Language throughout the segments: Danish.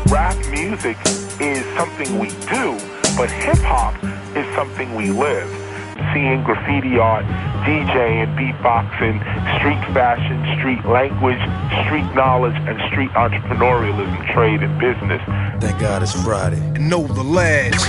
rap music is something we do, but hip-hop is something we live. Seeing graffiti art, DJing, beatboxing, street fashion, street language, street knowledge, and street entrepreneurialism, trade and business. Thank God it's Friday. Know the ledge.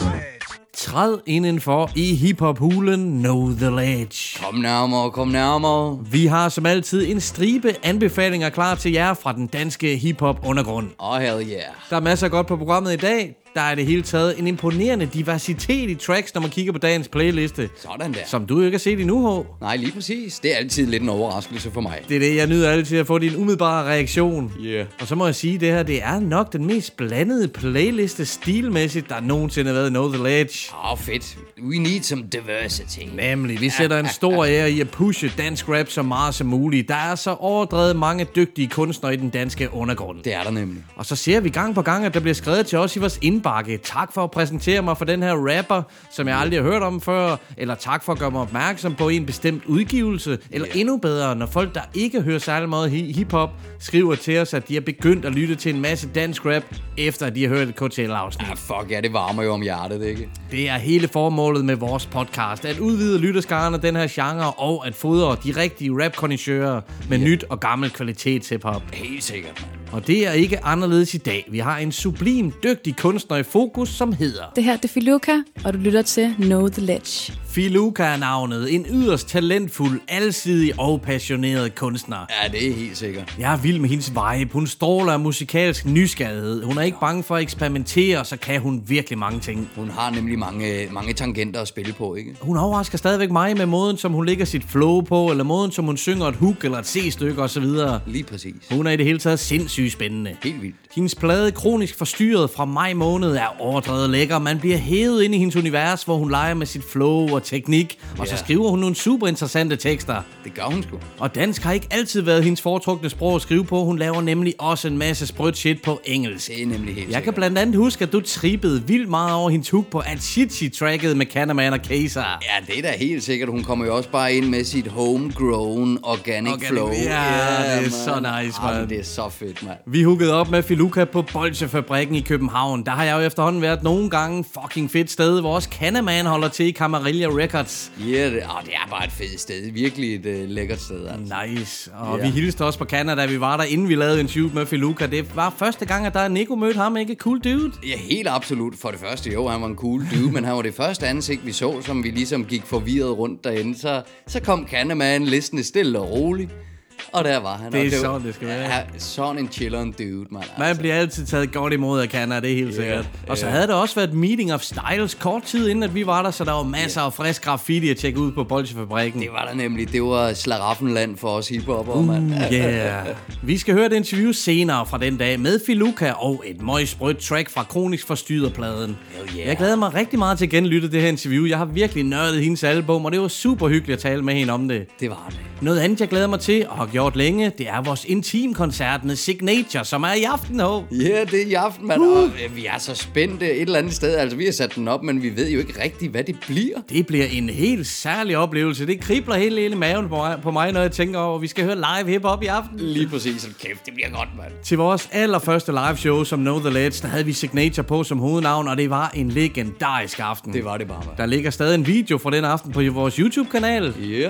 Træd indenfor i hiphop-hulen, know the ledge. Kom nærmere, kom nærmere. Vi har som altid en stribe anbefalinger klar til jer fra den danske hiphop-undergrund. Hell yeah. Der er masser godt på programmet i dag. Der er det hele taget en imponerende diversitet i tracks, når man kigger på dagens playliste. Sådan der. Som du ikke har set endnu, H. Nej, lige præcis. Det er altid lidt en overraskelse for mig. Det er det, jeg nyder altid at få din umiddelbare reaktion. Yeah. Og så må jeg sige, at det her, det er nok den mest blandede playliste stilmæssigt, der nogensinde har været Know the Ledge. Fedt. We need some diversity. Nemlig, vi sætter en stor ære i at pushe dansk rap så meget som muligt. Der er så overdrevet mange dygtige kunstnere i den danske undergrund. Det er der nemlig. Og så ser vi gang på gang, at der bliver skrevet til os i vores indbakke. Tak for at præsentere mig for den her rapper, som jeg aldrig har hørt om før. Eller tak for at gøre mig opmærksom på en bestemt udgivelse. Eller endnu bedre, når folk, der ikke hører særlig meget hiphop, skriver til os, at de har begyndt at lytte til en masse dansk rap, efter at de har hørt et KTL-afsnit. Fuck ja, det varmer jo om hjertet, ikke? Det er hele formålet med vores podcast, at udvide lytterskaren af den her genre, og at fodre de rigtige rap-kondensører med nyt og gammel kvalitets hiphop. Helt sikkert, man. Og det er ikke anderledes i dag. Vi har en sublim, dygtig kunstner i fokus, som hedder... Det her, det er Filuka, og du lytter til Know the Ledge. Filuka er navnet. En yderst talentfuld, alsidig og passioneret kunstner. Ja, det er helt sikkert. Jeg er vild med hendes vibe. Hun stråler af musikalsk nysgerrighed. Hun er ikke bange for at eksperimentere, så kan hun virkelig mange ting. Hun har nemlig mange tangenter at spille på, ikke? Hun overrasker stadigvæk mig med måden, som hun lægger sit flow på, eller måden, som hun synger et hook eller et C-stykke osv. Lige præcis. Hun er i det hele taget sindssygt spændende. Helt vildt. Hendes plade Kronisk Forstyrret fra maj måned er overdrevet lækker. Man bliver hævet ind i hendes univers, hvor hun leger med sit flow og teknik, og så skriver hun nogle super interessante tekster. Det gør hun sgu. Og dansk har ikke altid været hendes foretrukne sprog at skrive på. Hun laver nemlig også en masse sprødt shit på engelsk. Det er nemlig helt Jeg kan blandt andet huske, at du trippede vildt meget over hendes hook på Al-Shitchi-tracket med Canaman og Kayser. Ja, det er da helt sikkert. Hun kommer jo også bare ind med sit homegrown organic flow. Ja, det er så nice, man. Det er så fedt, mand. Vi hookede op med Filuka på Bolsjefabrikken i København. Der har jeg jo efterhånden været nogle gange fucking fedt sted, hvor også Canaman holder til i Camarilla Records. Ja, det er bare et fedt sted. Virkelig et lækkert sted, altså. Nice. Og vi hilste også på Canada, vi var der, inden vi lavede en shoot med Filuka. Det var første gang, at der er Nico mødte ham, ikke? Cool dude. Ja, helt absolut. For det første, jo, han var en cool dude, men han var det første ansigt, vi så, som vi ligesom gik forvirret rundt derinde. Så kom Canaman listende stille og roligt. Og der var han. Det er sådan, det skal være. Ja, sådan en chilleren dude, man. Man bliver altid taget godt imod af Canada, det er helt sikkert. Og så havde der også været Meeting of Styles kort tid inden, at vi var der, så der var masser af frisk graffiti at tjekke ud på Bolsjefabrikken. Det var der nemlig. Det var slaraffenland for os hiphopper, mand. Yeah. Vi skal høre et interview senere fra den dag med Filuka og et møgsprødt track fra Kronisk Forstyrret-pladen. Jeg glæder mig rigtig meget til at genlytte det her interview. Jeg har virkelig nørdet hendes album, og det var super hyggeligt at tale med hende om det. Det var det. Noget andet, jeg glæder mig til og har gjort længe, det er vores intimkoncert med Signature, som er i aften, H. Ja, det er i aften, mand. Og vi er så spændte et eller andet sted. Altså, vi har sat den op, men vi ved jo ikke rigtigt, hvad det bliver. Det bliver en helt særlig oplevelse. Det kribler helt i maven på mig, når jeg tænker over, vi skal høre live hiphop i aften. Lige præcis. Så kæft, det bliver godt, mand. Til vores allerførste live show som Know the Ledge, der havde vi Signature på som hovednavn, og det var en legendarisk aften. Det var det bare, mand. Der ligger stadig en video fra den aften på vores YouTube-kanal.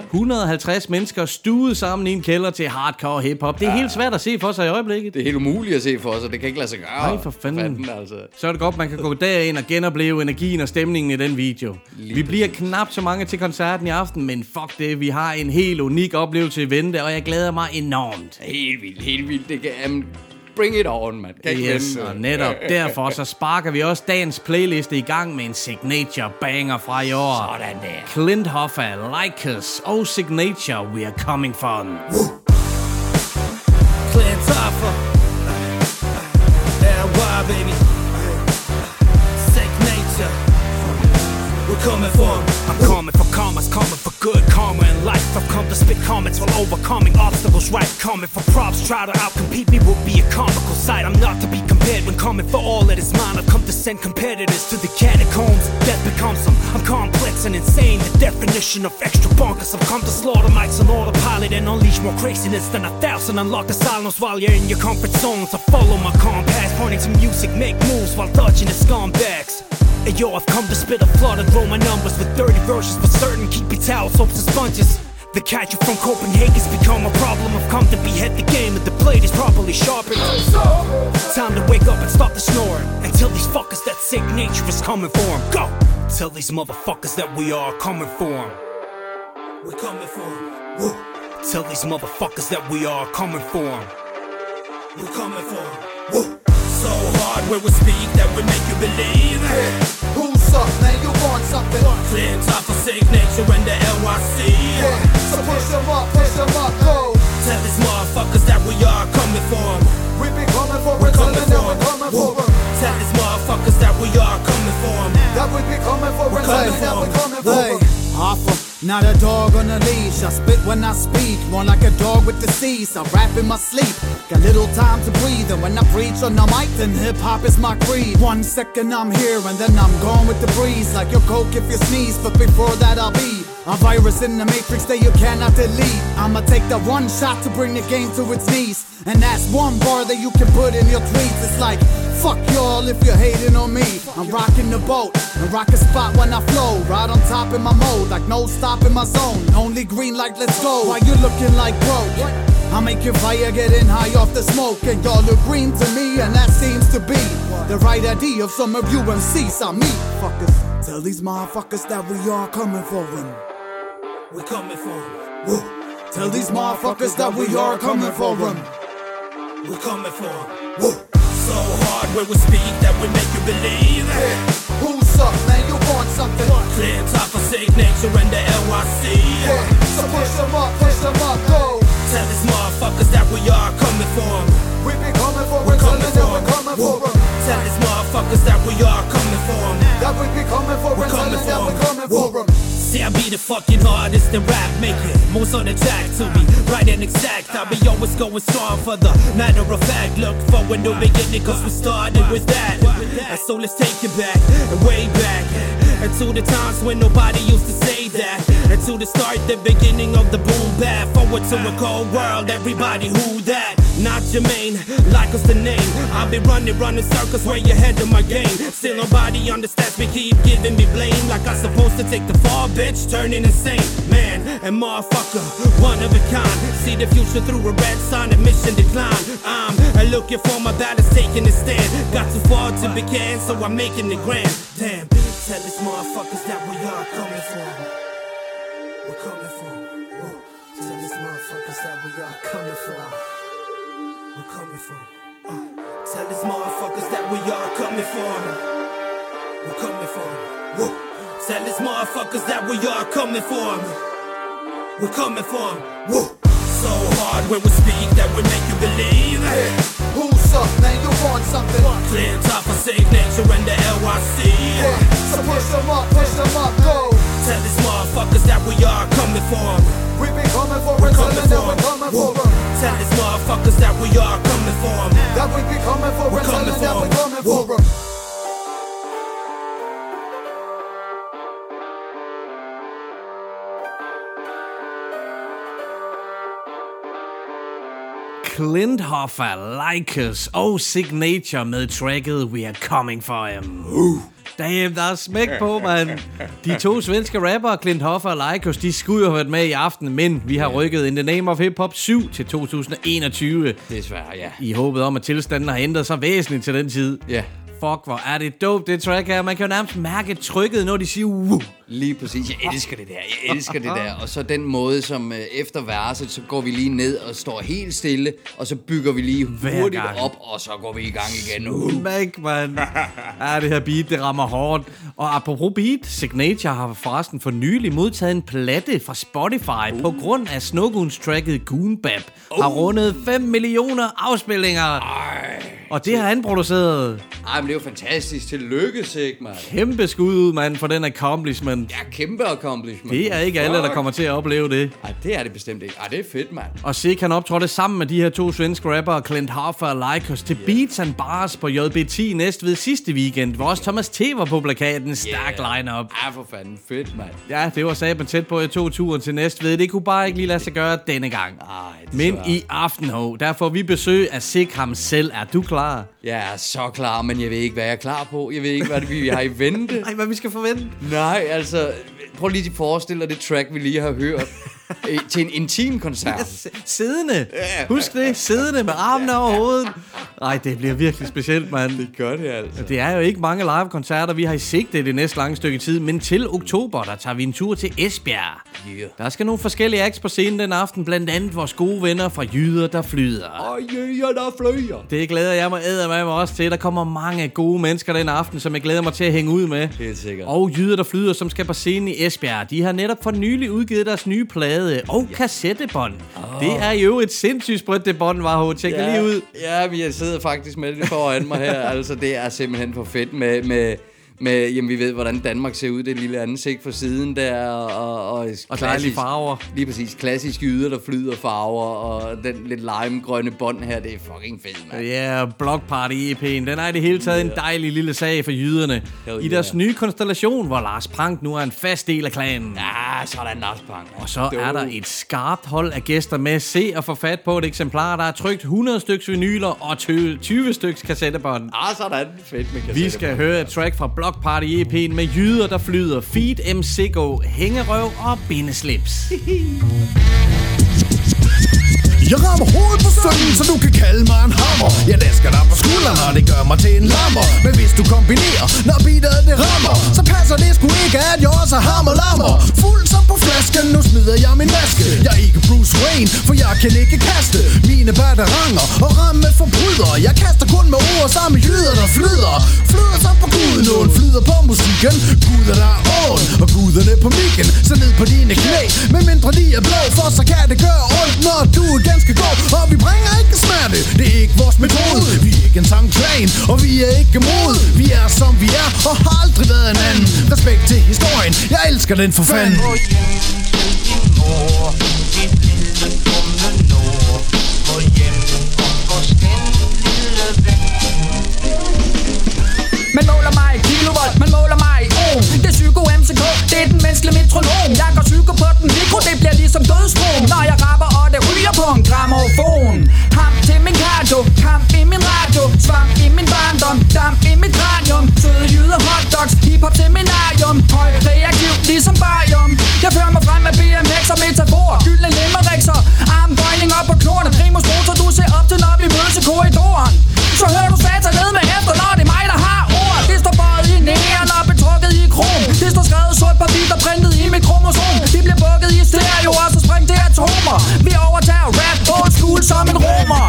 150 mennesker stuet sammen i en kælder til hardcore hiphop. Det er helt svært at se for sig i øjeblikket. Det er helt umuligt at se for sig. Det kan ikke lade sig gøre. Nej, for fanden. Altså. Så er det godt, man kan gå derind og genopleve energien og stemningen i den video. Vi bliver knap så mange til koncerten i aften, men fuck det, vi har en helt unik oplevelse i vente, og jeg glæder mig enormt. Helt vildt. Det kan... Bring it on, man. Yes, og netop derfor så sparker vi også dagens playliste i gang med en Signature banger fra i år. Sådan der. Clint Hoffa, Like Us og Signature, We Are Coming From. Clint Hoffa, why baby, Signature, we're coming from. I'm coming for karma's coming for good karma in life. I've come to spit comments while overcoming obstacles, right? Coming for props, try to outcompete me will be a comical sight. I'm not to be compared when coming for all that is mine. I've come to send competitors to the catacombs. Death becomes them. I'm complex and insane. The definition of extra bonkers. I've come to slaughter mics on autopilot and unleash more craziness than 1,000. Unlock the silence while you're in your comfort zones. I follow my compass, pointing to music, make moves while dodging the scumbags. Hey yo, I've come to spit a flood and throw my numbers with 30 verses for certain. Keep your towels, soaps and sponges. The kaiju from Copenhagen's become a problem. I've come to behead the game and the blade is properly sharpened. Time to wake up and stop the snoring and tell these fuckers that sick nature is coming for them. Go! Tell these motherfuckers that we are coming for them. We're coming for them. Woo! Tell these motherfuckers that we are coming for them. We're coming for them. Woo! So hard when we speak that we make you believe. Who's up, man? You want something? Clean top for sick nature and the NYC. So push them up, go. Tell these motherfuckers that we are coming for them. We be coming for We're them, coming for them. coming for them. Tell these motherfuckers that we are coming for them. That we be coming for them, coming that for we 'em. coming for them. Offer, not a dog on a leash. I spit when I speak, more like a dog with disease. I rap in my sleep, got little time to breathe. And when I preach on the mic, then hip-hop is my creed. 1 second I'm here and then I'm gone with the breeze. Like your coke if you sneeze, but before that I'll be a virus in the matrix that you cannot delete. I'ma take that one shot to bring the game to its knees. And that's one bar that you can put in your tweets. It's like, fuck y'all if you're hating on me. I'm rocking the boat and rock a spot when I flow. Right on top in my mode, like no stop in my zone. Only green like let's go. Why you looking like broke? I make your fire getting high off the smoke. And y'all look green to me, and that seems to be the right idea of some of you MCs. I meet fuckers. Tell these motherfuckers that we are coming for them. We're coming for them. Woo. Tell these motherfuckers that we are coming for them. We're coming for them. Woo. So hard when we speak that we make you believe. Who's up, man? You want something? Clear top for sick nature and the NYC. So push them up, go. Tell these motherfuckers that we are coming for them. We be coming for We're them, coming for them. we're coming for them. Tell these motherfuckers that we are coming for them. That we be coming for We're them, coming that for we 'em. coming for them. See, I be the fucking hardest in rap making. Most on the track to be right and exact. I be always going strong for the matter of fact. Look for a new beginning cause we started with that. And so let's take it back, and way back. And to the times when nobody used to say that. And to the start, the beginning of the boom bap. Forward to a cold world, everybody who that? Not Jermaine, like us the name. I'll be running circles way ahead of my game. Still nobody understands me, keep giving me blame. Like I'm supposed to take the fall, bitch, turning insane. Man, and motherfucker, one of a kind. See the future through a red sign, admission decline. I'm looking for my balance, taking a stand. Got too far to be canned, so I'm making it grand. Damn, tell these motherfuckers that we are coming for. We're coming for. Whoa. Tell these motherfuckers that we are coming for. We're coming for. Tell these motherfuckers that we are coming for. We're coming for. Whoa. Tell these motherfuckers that we are coming for. We're coming for. Whoa. So hard when we speak that we make you believe. Who's up, man? You want something? Clear top for sick nature and the NYC. So push them up, go. Tell these motherfuckers that we are coming for. We be coming for We're them, coming for we're coming for them. them. Tell these motherfuckers that we are coming for. That we be coming for We're them, coming that for we 'em. coming for them. Klinthoffer, Like Us og Signature med tracket We Are Coming For Him. Damn, der er smæk på, mand. De to svenske rappere, Klinthoffer og Like Us, de skulle jo have været med i aften, men vi har rykket In The Name of Hip Hop 7 til 2021. Desværre, ja. I håbet om, at tilstanden har ændret sig væsentligt til den tid. Ja. Fuck, hvor er det dope, det track her. Man kan jo nærmest mærke trykket, når de siger Woo. Lige præcis. Jeg elsker det der. Og så den måde, som efter verset, så går vi lige ned og står helt stille, og så bygger vi lige hurtigt op, og så går vi i gang igen. Smæk, man. Ja, det her beat, det rammer hårdt. Og apropos beat, Signature har forresten for nylig modtaget en platte fra Spotify på grund af Snoguns tracket Goon Bap. Har rundet 5 millioner afspillinger. Og det har han produceret. Ej, men det er jo fantastisk. Tillykke, Sigmar. Kæmpe skud ud, mand, for den accomplishment. Ja, kæmpe accomplishment. Det er ikke alle, der kommer til at opleve det. Ej, det er det bestemt ikke. Ej, det er fedt, mand. Og Sig, han optrådte sammen med de her 2 svenske rappere, Clint Hoffa og Lycos, til Beats and Bars på JBT Næstved sidste weekend, hvor også Thomas T. var på plakaten. Stærk line-up. Ja, for fanden. Fedt, mand. Ja, det var saben tæt på, at jeg tog turen til Næstved. Det kunne bare ikke lige lade sig gøre denne gang. Men i aften, der får vi besøg af Sig ham selv. Er du klar? Jeg er så klar, men jeg ved ikke, hvad jeg er klar på. Jeg ved ikke, hvad vi har i vente. Nej, hvad vi skal forvente? Nej, altså... Prøv lige at forestille dig det track, vi lige har hørt. Til en intim koncert. Siddende. Husk det. Siddende med armene over hovedet. Ej, det bliver virkelig specielt, mand. Det gør det altså. Det er jo ikke mange live-koncerter, vi har i sigte det næste lange stykke tid, men til oktober, der tager vi en tur til Esbjerg. Yeah. Der skal nogle forskellige acts på scenen den aften, blandt andet vores gode venner fra Jyder, der flyder. Og Jyder, der flyder. Det glæder jeg mig eddermame også til. Der kommer mange gode mennesker den aften, som jeg glæder mig til at hænge ud med. Helt sikkert. Og Jyder, der flyder, som skal på scenen i Esbjerg. De har netop for nylig udgivet deres nye plade og kassettebånd. Det er jo et sindssygt sprødt, det bånd var. Tjek det lige ud. Ja, jeg sidder faktisk med det foran mig her. Altså, det er simpelthen for fedt med jamen, vi ved, hvordan Danmark ser ud. Det lille ansigt for siden der. Og dejlige farver. Lige præcis. Klassisk Jyder, der flyder farver. Og den lidt limegrønne bånd her, det er fucking fedt, mand. Ja, Block Party EP'en. Den er i det hele taget en dejlig lille sag for jyderne. I deres nye konstellation, hvor Lars Prank nu er en fast del af klanen. Ja, sådan Lars Prank. Og så er der et skarpt hold af gæster med. Se og få fat på et eksemplar, der er trykt 100 styks vinyler og 20 styks kassettebånd. Sådan. Fedt med kassettebånd. Vi skal høre et track fra Block Party EP'en med Jyder, der flyder, Feed MCGO, Hængerøv og Bindeslips. Jeg rammer hovedet på sønnen, så du kan kalde mig en hammer. Jeg dasker dig på skuldrene, og det gør mig til en lammer. Men hvis du kombinerer, når beatet det rammer, så passer det sgu ikke, at jeg også har hammer. Fuld som på flasken, nu smider jeg min maske. Jeg er ikke Bruce Wayne, for jeg kan ikke kaste mine batteranger og ramme forbrydere. Jeg kaster kun med ord sammen jyder, der flyder. Flyder som på gudenåen, flyder på musikken. Guder der er åen, og guderne på mikken. Så ned på dine knæ, men mindre de er blå, for så kan det gøre ondt, når du igen skal gå. Og vi bringer ikke smerte, det er ikke vores metode. Vi er ikke en sangplan, og vi er ikke mod. Vi er som vi er, og har aldrig været en anden. Respekt til historien, jeg elsker den for fanden. Man måler mig i kilovolt, man måler mig i ohm. Det er psyko-MCK, det er den menneskelige metronom. Jeg går psyko på den mikro, det bliver ligesom dødsrum. Når jeg rapper, og det ryger på en gramofon. Ham til min cardio, kamp i min radio. Svamp i min barndom, damp i mit cranium. Søde jyder, hotdogs, hiphop til min arium. Høj reaktiv, ligesom barium. Jeg fører mig frem med BMX og metafor. Gyldne limmerikser, armbøjning op på knurrene. Primus motor, du ser op til, når vi mødes i korridoren. Så hører du satan ned med efter, når det er mig, der har ord. Det står bøjet i næren og betrukket i krom. Det står skrevet sort på hvidt og printet i mit kromosom. De bliver bukket i stereo og så springt det atomer. Vi overtager rap old school som en romer.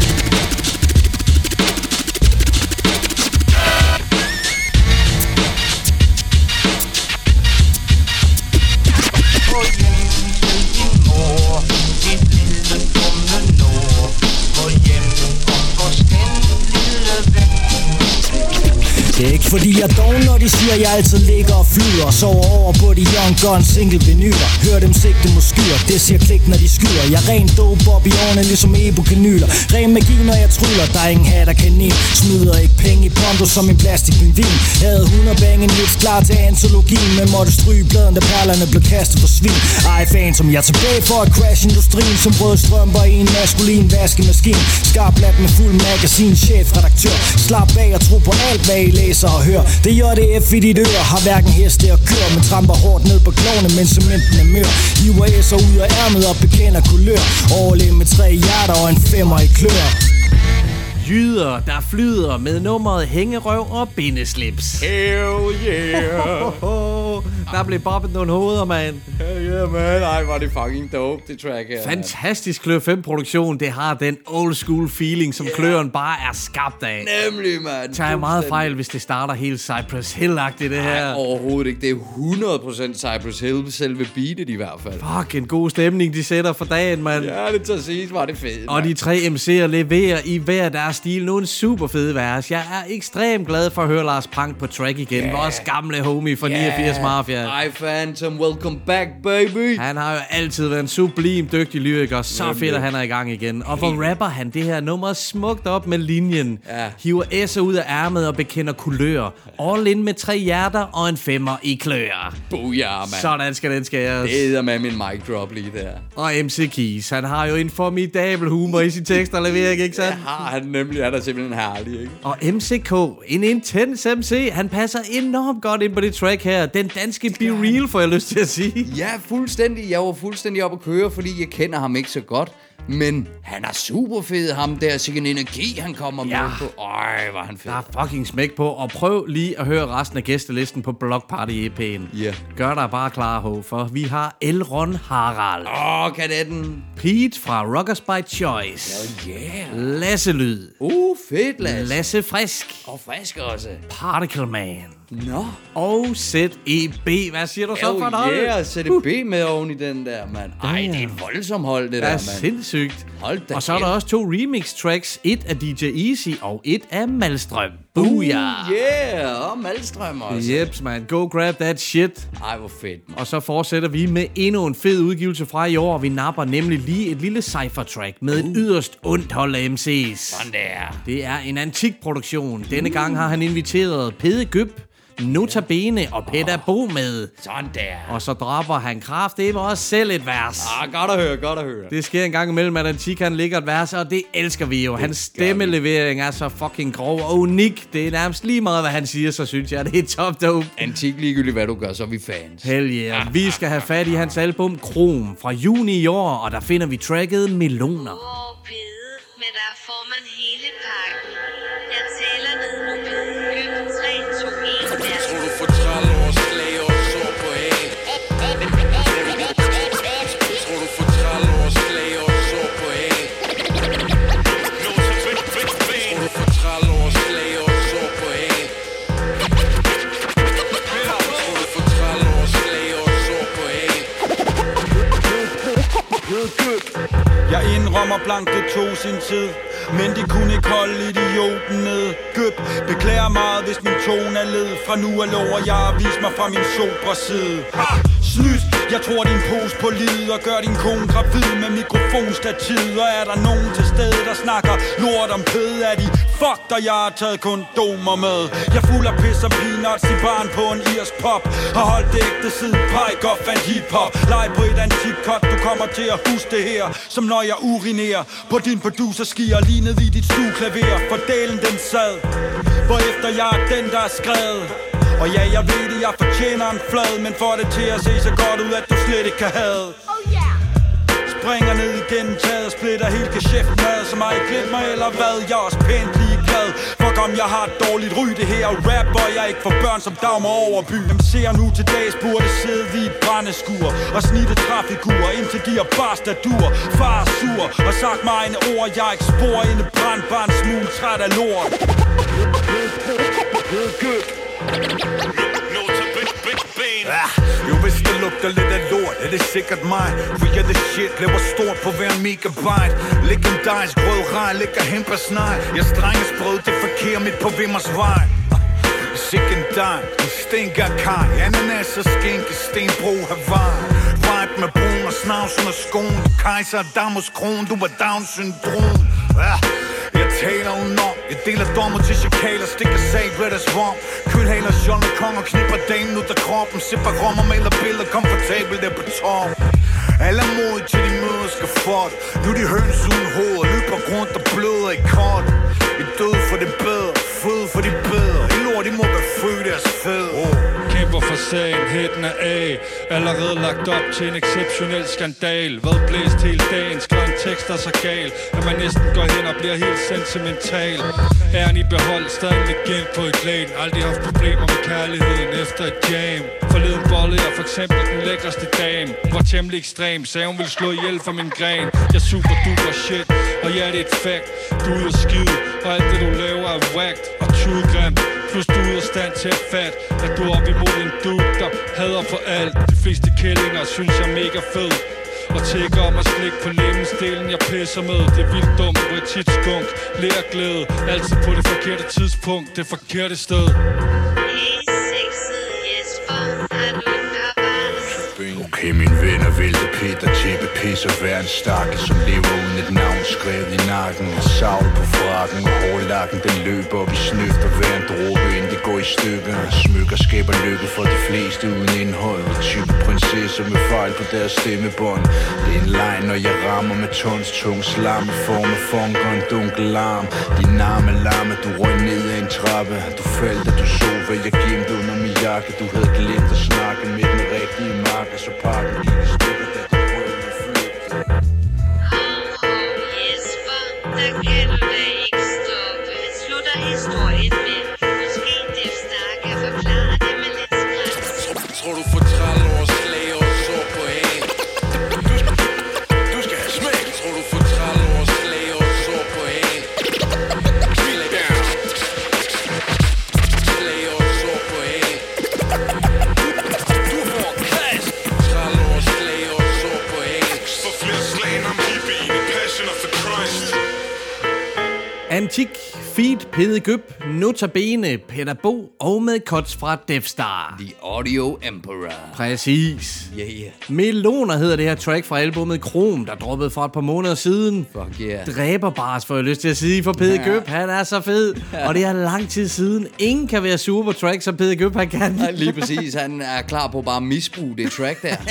Det er ikke fordi jeg er doven, når de siger, at jeg altid ligger og flyder. Sover over på de Young Guns single vinyler. Hør dem sigte mod skyer, det siger klik når de skyder. Jeg er ren dope op i årene ligesom Ebo-kanyler. Ren magi når jeg tryller, der er ingen hat og kanin. Smider ikke penge i pondo som en plastikpingvin. Havde 100 bang en hits klar til antologien, men måtte stryge bladen, da perlerne blev kastet for svin. Ej fan som jeg er tilbage for at crash industrien. Som røde strømper i en maskulin vaskemaskine. Skarplat med fuld magasin, chefredaktør. Slap bag og tro på alt hvad I læser og hører. Det JDF i dit øre, har hverken heste og kører, men tramper hårdt ned på klovene, mens cementen er mør. Hiver S'er ud af ærmet og bekender kulør. Overlev med 3 hjerter og en 5'er i klør. Jyder, der flyder med nummeret Hængerøv og Bindeslips. Hell yeah. Der blev bobbet nogle hoveder, mand. Ja, man. Ej, var det fucking dope, det track her. Fantastisk Klør 5-produktion. Det har den old school feeling, som Kløren bare er skabt af. Nemlig, mand. Tager jeg meget fejl, hvis det starter helt Cypress Hill-agtigt, det her. Nej, overhovedet ikke. Det er 100% Cypress Hill, selve beatet i hvert fald. Fuck, en god stemning, de sætter for dagen, mand. Ja, det tager siges, var det fedt. Og de 3 MC'er leverer i hver deres stil nogle super fede vers. Jeg er ekstremt glad for at høre Lars Prank på track igen. Vores gamle homie fra 89 Mafia. Ej, Phantom, welcome back, baby. Han har jo altid været en sublim dygtig lyriker. Så fedt, at han er i gang igen. Og hvor rapper han det her nummer smukt op med linjen. Hiver S'er ud af ærmet og bekender kulør. All in med 3 hjerter og en 5'er i klør. Booyah, mand. Sådan skal den skæres. Det er med min mic drop lige der. Og MC Keys, han har jo en formidabel humor i sin tekst og levering, ikke sandt? Det har han nemlig. Han er simpelthen herlig, ikke? Og MCK, en intens MC, han passer enormt godt ind på det track her. Den danske Be Real, får jeg lyst til at sige. Ja, fuldstændig. Jeg var fuldstændig op at køre, fordi jeg kender ham ikke så godt. Men han er super fed, ham der. Sikkert en energi, han kommer med på. Øj, var han fed. Der er fucking smæk på. Og prøv lige at høre resten af gæstelisten på Block Party EP'en. Yeah. Gør dig bare klar, H, for vi har Elron Harald. Kadetten. Pete fra Rockers by Choice. Lasse Lyd. Fedt, Lasse. Lasse Frisk. Og Frisk også. Particle Man. Nå. Og ZEB. Hvad siger du så for et hold? Ja, ZEB med oven i den der, mand. Ej, det er et voldsomt hold, det der, mand. Det er sindssygt. Hold da. Og så er der også 2 remix tracks. Et af DJ Easy og et af Malstrøm. Booyah! Og Malstrøm også. Jeps, man. Go grab that shit. Ej, hvor fedt, man. Og så fortsætter vi med endnu en fed udgivelse fra i år. Vi napper nemlig lige et lille cypher-track med et yderst ondt hold af MC's. Sådan der. Det er en antik produktion. Denne gang har han inviteret Pede Gyp, Nota Bene og Peter Bo med. Sådan der. Og så dropper han kraftedeme også selv et vers. Godt at høre, godt at høre. Det sker en gang imellem, at Antik han ligger et vers, og det elsker vi jo. Hans stemmelevering er så fucking grov og unik. Det er nærmest lige meget, hvad han siger, så synes jeg, det er top dope. Antik, ligegyldigt hvad du gør, så er vi fans. Hell yeah. Vi skal have fat i hans album Krom fra juni i år, og der finder vi tracket Meloner. Men der får man hele pakken. Jeg tæller ned nu, Gyp 3, 2, 1. Jeg tror du får 30 års slag og så på hagen. Jeg tror du får 30 års slag og så på hagen. Jeg tror du får 30 års slag og så på hagen. Jeg tror du får 30 års slag og så på hagen. Jeg indrømmer blankt, det tog sin tid, men de kunne ikke holde idioten ned. Gyp, beklager meget, hvis min tone er led. Fra nu af lover jeg at vise mig fra min sobra side. Snydt, jeg tror din pose på lid og gør din kone gravid med mikrofonstativ. Og er der nogen til stede, der snakker lort om pæd, er de fuck, der jeg har taget kondomer med. Jeg er fuld af pis og peanuts i barn på en irsk pop. Har holdt det ægte siden pike og fandt hiphop. Leg på et antik-cut, du kommer til at huske det her, som når jeg urinerer på din producer-skier lige ned i dit stueklaver. For delen den sad, hvor efter jeg er den, der er skrevet. Og ja, jeg ved det, jeg fortjener en flad, men får det til at se så godt ud, at du slet ikke kan have. Springer ned igennem taget, splitter helt geschæften ad, som ej glemmer eller hvad. Jeg er også pænt ligeglad, fuck om jeg har et dårligt ry. Det her rap, hvor jeg ikke får børn som Dagmar Overby. Dem ser nu til dags burde sidde i et brændeskur og snitte træfigurer, indtil de er bare stadur. Far er sur og sagt mig en ord, jeg ikke spor inde brændt, bare en smule træt af lort. Jo, hvis det lugter lidt af lort, er det sikkert mig. For jeg det shit, lever stort på hver megabyte. Legendarisk rød rej, lækker hempasnej. Jeg strenge sprød, det forkerer mit på Vimmers vej. Sikken dig, en stinker kaj. Ananas og skinke, Stenbro, Hawaii. Vibe med brun og snavs under skoen. Kejser og Damos kron, du var Down-syndrom. Jeg taler udenom, jeg deler dommer til chakaler, stikker sag, Redders rom. Kølhaler, John og Kong og knipper damen ud af kroppen. Sipper rom og maler billeder, komfortabel der på top. Alle mod til de møder skal fort. Nu de høns uden hoved og løber rundt og bløder i kort. I død for det bedre, fød for de bedre. I lort, de må være født deres fed. Kæmper for sagen, hætten er af. Allerede lagt op til en exceptionel skandal. Hvad blæst hele dagen, skrevet en tekster så gal, at man næsten går hen og bliver helt sentimental. Æren i behold, stadig en legend på et lag. Aldrig haft problemer med kærligheden efter et jam. Forleden bollede jeg for eksempel den lækreste dame. Hun var temmelig ekstrem, sagde hun ville slå ihjel for min gren. Jeg er super duper shit, og ja, det er et fact. Du er ude at skide, og alt det du laver er whacked og tudegrimt. Plus du er ude af stand til at fat, at du er op imod en dude, der hader på alt. De fleste kællinger synes jeg er mega fed, og tækker om at slikke på lemmensdelen jeg pisser med. Det er vildt dumt, hvor jeg tit skunk, lærer glæde. Altid på det forkerte tidspunkt, det forkerte sted. Okay, mine venner vælter Peter Tæppe pisser hver en stakkel, som lever uden et navn skrevet i nakken. Savl på frakken og hårlakken, den løber op i snøfter hver en dråbe, inden det går i stykker. Smykker skaber lykke for de fleste uden indhold, og type prinsesser med fejl på deres stemmebånd. Det er en line, når jeg rammer med tons tung slam i form af funk og en dunkel larm. Din arme larme, du røg ned ad en trappe. Du faldt, da du så, hvad jeg gemte under min jakke. Du havde glemt at snakke med den rigtige marker, så pakken gik i stykker, da du prøvede at flygte. Jesper, der kan du da ikke stoppe. Slutter historien med, måske Defstar kan forklare det med lidt skræk. Tror du for 30 års slag og sår på hagen? Du skal have smæk. Tror du for 30 års slag og sår på hagen? Kvild down. Slag og sår på hagen. Du får klask. 30 års slag og sår på hagen. For flere slag om hippie, the passion of the Christ. Antik, feat, Pede Gøb, Notabene, Peter Bo og med cuts fra Defstar. The Audio Emperor. Præcis. Yeah, yeah. Meloner hedder det her track fra albumet Krom, der droppede for et par måneder siden. Fuck yeah. Dræberbars, får jeg lyst til at sige, for Pede Gøb. Han er så fed, og det er lang tid siden. Ingen kan være sur på track, som Pede Gøb han kan. Lige præcis, han er klar på bare at misbruge det track der.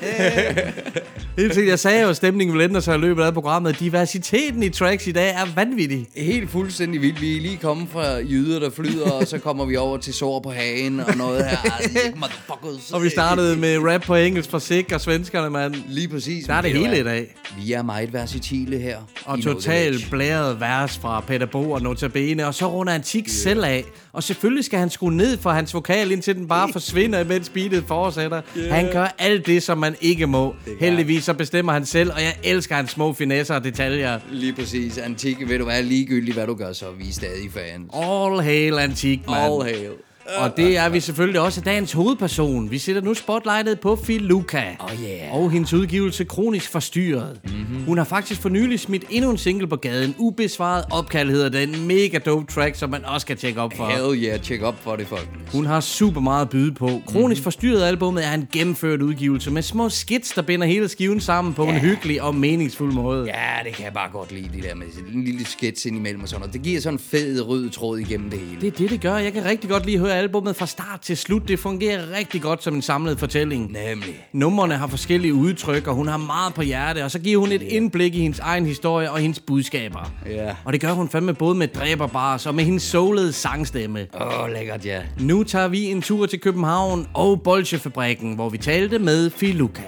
Helt sikkert, jeg sagde jo, at stemningen vil ændre sig i løbet af programmet. Diversiteten i tracks i dag er vanvittig. Helt fuldstændig vildt. Vi er lige kommet fra jyder, der flyder, og så kommer vi over til sår på hagen og noget her. Og vi startede med rap på engelsk for Sig og svenskerne, mand. Lige præcis. Der er det hele i dag. Vi er meget versatile her. Og totalt blæret vers fra Peter Bo og Notabene, og så runder Antik selv af. Og selvfølgelig skal han skrue ned for hans vokal, indtil den bare forsvinder, mens beatet fortsætter. Han gør alt det, som man ikke må. Heldigvis så bestemmer han selv, og jeg elsker hans små finesser og detaljer. Lige præcis. Antik, ved du hvad, ligegyldigt hvad du gør, så vi er stadig fans. All hail Antik, mand. All hail. Og det er vi selvfølgelig også dagens hovedperson. Vi sætter nu spotlightet på Filuka. Og hendes udgivelse Kronisk Forstyrret. Hun har faktisk for nylig smidt endnu en single på gaden. Ubesvaret opkald hedder den. Mega dope track, som man også kan tjekke op for. Hell yeah, tjek op for det, folk. Hun har super meget at byde på. Kronisk Forstyrret albumet er en gennemført udgivelse med små skits, der binder hele skiven sammen på en hyggelig og meningsfuld måde. Ja, det kan jeg bare godt lide, det der med en lille skits indimellem og sådan noget. Det giver sådan en fed rød tråd igennem det hele. Det er det gør. Jeg kan rigtig godt lide at høre albumet fra start til slut. Det fungerer rigtig godt som en samlet fortælling. Nemlig. Numrene har forskellige udtryk, og hun har meget på hjerte, og så giver hun et indblik i hendes egen historie og hendes budskaber. Ja. Og det gør hun fandme både med Dræberbars og med hendes soulede sangstemme. Lækkert, ja. Nu tager vi en tur til København og Bolsjefabrikken, hvor vi talte med Filuka.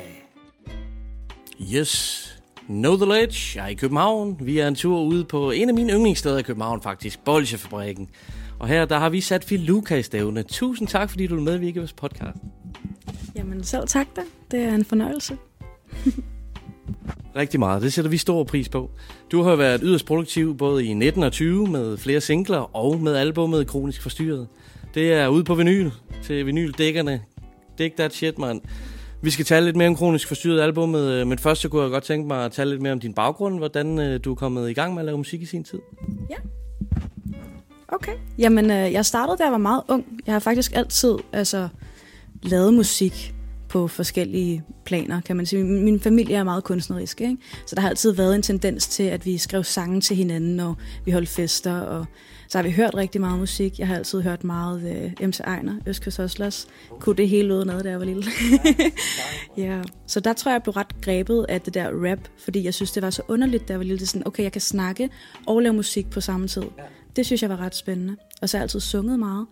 Yes. Know the Ledge. Jeg er i København. Vi er en tur ude på en af mine yndlingssteder i København, faktisk. Bolsjefabrikken. Og her, der har vi sat Filuka i stævne. Tusind tak, fordi du er med i vores podcast. Jamen selv tak da. Det er en fornøjelse. Rigtig meget. Det sætter vi stor pris på. Du har været yderst produktiv både i 19 og 20 med flere singler og med albumet Kronisk Forstyrret. Det er ude på vinyl til vinyldækkerne. Dig that shit, man. Vi skal tale lidt mere om Kronisk Forstyrret albumet, men først så kunne jeg godt tænke mig at tale lidt mere om din baggrund. Hvordan du er kommet i gang med at lave musik i sin tid. Ja. Okay. Jamen, jeg startede, da jeg var meget ung. Jeg har faktisk altid lavet musik på forskellige planer, kan man sige. Min familie er meget kunstnerisk, ikke? Så der har altid været en tendens til, at vi skrev sange til hinanden, når vi holdt fester, og så har vi hørt rigtig meget musik. Jeg har altid hørt meget MC Ejner, Østkyst Oslers. Kunne det hele ud noget, da jeg var lille. Ja. Så der tror jeg blev ret grebet af det der rap, fordi jeg synes, det var så underligt, da jeg var lille. Det er sådan, okay, jeg kan snakke og lave musik på samme tid. Det synes jeg var ret spændende. Og så har jeg altid sunget meget.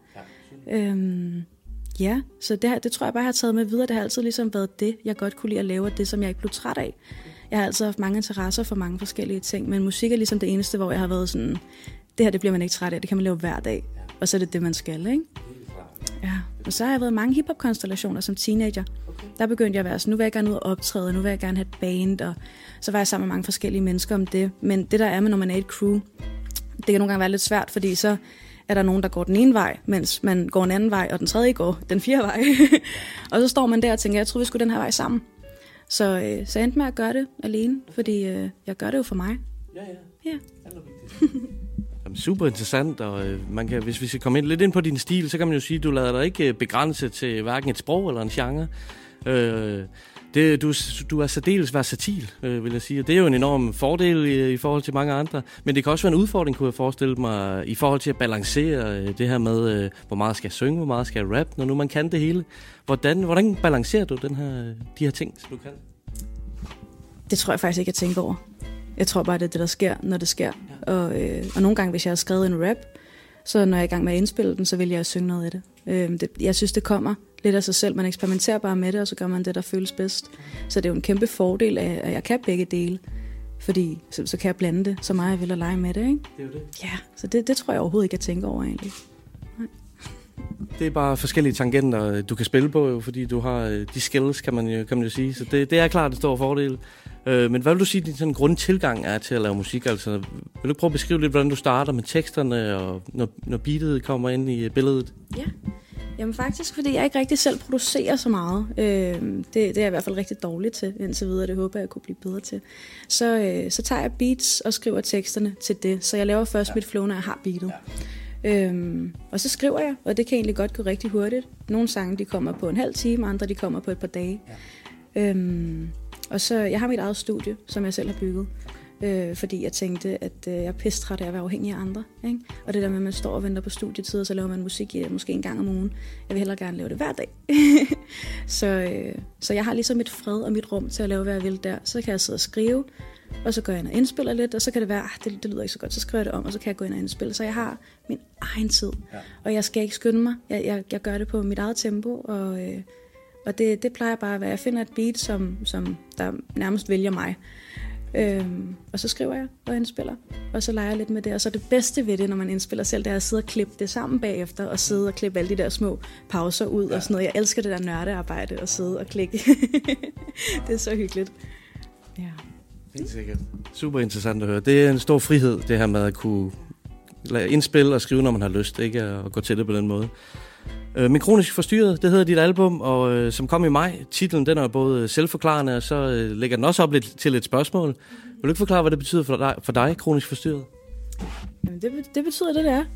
Ja, så det tror jeg bare, jeg har taget med videre. Det har altid ligesom været det, jeg godt kunne lide at lave, og det, som jeg ikke blev træt af. Jeg har altid haft mange interesser for mange forskellige ting, men musik er ligesom det eneste, hvor jeg har været sådan, det her det bliver man ikke træt af, det kan man lave hver dag, og så er det det, man skal, ikke? Ja, og så har jeg været i mange hiphop-konstellationer som teenager. Der begyndte jeg at være sådan, nu vil jeg gerne ud og optræde, nu vil jeg gerne have et band, og så var jeg sammen med mange forskellige mennesker om det. Men det der er med, når man er et crew, det kan nogle gange være lidt svært, fordi så er der nogen, der går den ene vej, mens man går en anden vej, og den tredje går den fjerde vej. Og så står man der og tænker, jeg tror vi skulle den her vej sammen. Så jeg endte med at gøre det alene, fordi jeg gør det jo for mig. Ja. Super interessant, og man kan, hvis vi skal komme lidt ind på din stil, så kan man jo sige, at du lader dig ikke begrænse til hverken et sprog eller en genre. Du er særdeles versatil, vil jeg sige, og det er jo en enorm fordel i forhold til mange andre, men det kan også være en udfordring, kunne jeg forestille mig, i forhold til at balancere det her med, hvor meget skal jeg synge, hvor meget skal jeg rap, når nu man kan det hele. Hvordan balancerer du de her ting, som du kan? Det tror jeg faktisk ikke, jeg tænker over. Jeg tror bare, det er det, der sker, når det sker. Og nogle gange, hvis jeg har skrevet en rap, så når jeg er i gang med at indspille den, så vil jeg synge noget af det. Jeg synes, det kommer lidt af sig selv. Man eksperimenterer bare med det, og så gør man det, der føles bedst. Så det er jo en kæmpe fordel, at jeg kan begge dele. Fordi så kan jeg blande det, så meget jeg vil at lege med det, ikke? Det er jo det. Ja, så det tror jeg overhovedet ikke, jeg tænker over egentlig. Det er bare forskellige tangenter, du kan spille på, jo, fordi du har de skills, kan man jo sige. Så det er klart, det står fordel. Men hvad vil du sige, din sådan grundtilgang er til at lave musik? Altså, vil du prøve at beskrive lidt, hvordan du starter med teksterne, og når beatet kommer ind i billedet? Ja, jamen faktisk, fordi jeg ikke rigtig selv producerer så meget. Det er jeg i hvert fald rigtig dårlig til indtil videre, det håber jeg kunne blive bedre til. Så tager jeg beats og skriver teksterne til det. Så jeg laver først mit flow, når jeg har beatet. Og så skriver jeg, og det kan egentlig godt gå rigtig hurtigt. Nogle sange, de kommer på en halv time, andre de kommer på et par dage. Og så, jeg har mit eget studie, som jeg selv har bygget, fordi jeg tænkte, at jeg er pisstræt af at være afhængig af andre. Ikke? Og det der med, at man står og venter på studietid, og så laver man musik måske en gang om ugen. Jeg vil hellere gerne lave det hver dag. Så jeg har ligesom et fred og mit rum til at lave, hvad jeg vil der. Så kan jeg sidde og skrive, og så går jeg ind og indspiller lidt, og så kan det være, det lyder ikke så godt, så skriver jeg det om, og så kan jeg gå ind og indspille. Så jeg har min egen tid, og jeg skal ikke skynde mig. Jeg gør det på mit eget tempo, og det plejer bare at være, jeg finder et beat, som der nærmest vælger mig. Og så skriver jeg og indspiller, og så leger jeg lidt med det. Og så det bedste ved det, når man indspiller selv, det er at sidde og klippe det sammen bagefter, og sidde og klippe alle de der små pauser ud og sådan noget. Jeg elsker det der nørdearbejde, og sidde og klikke. Det er så hyggeligt. Ja. Helt sikkert. Super interessant at høre. Det er en stor frihed, det her med at kunne indspille og skrive, når man har lyst, ikke at gå til det på den måde. Men Kronisk Forstyrret, det hedder dit album, og som kom i maj. Titlen, den er både selvforklarende, og så lægger den også op lidt til et spørgsmål. Vil du ikke forklare, hvad det betyder for dig Kronisk Forstyrret? Jamen, det betyder det er.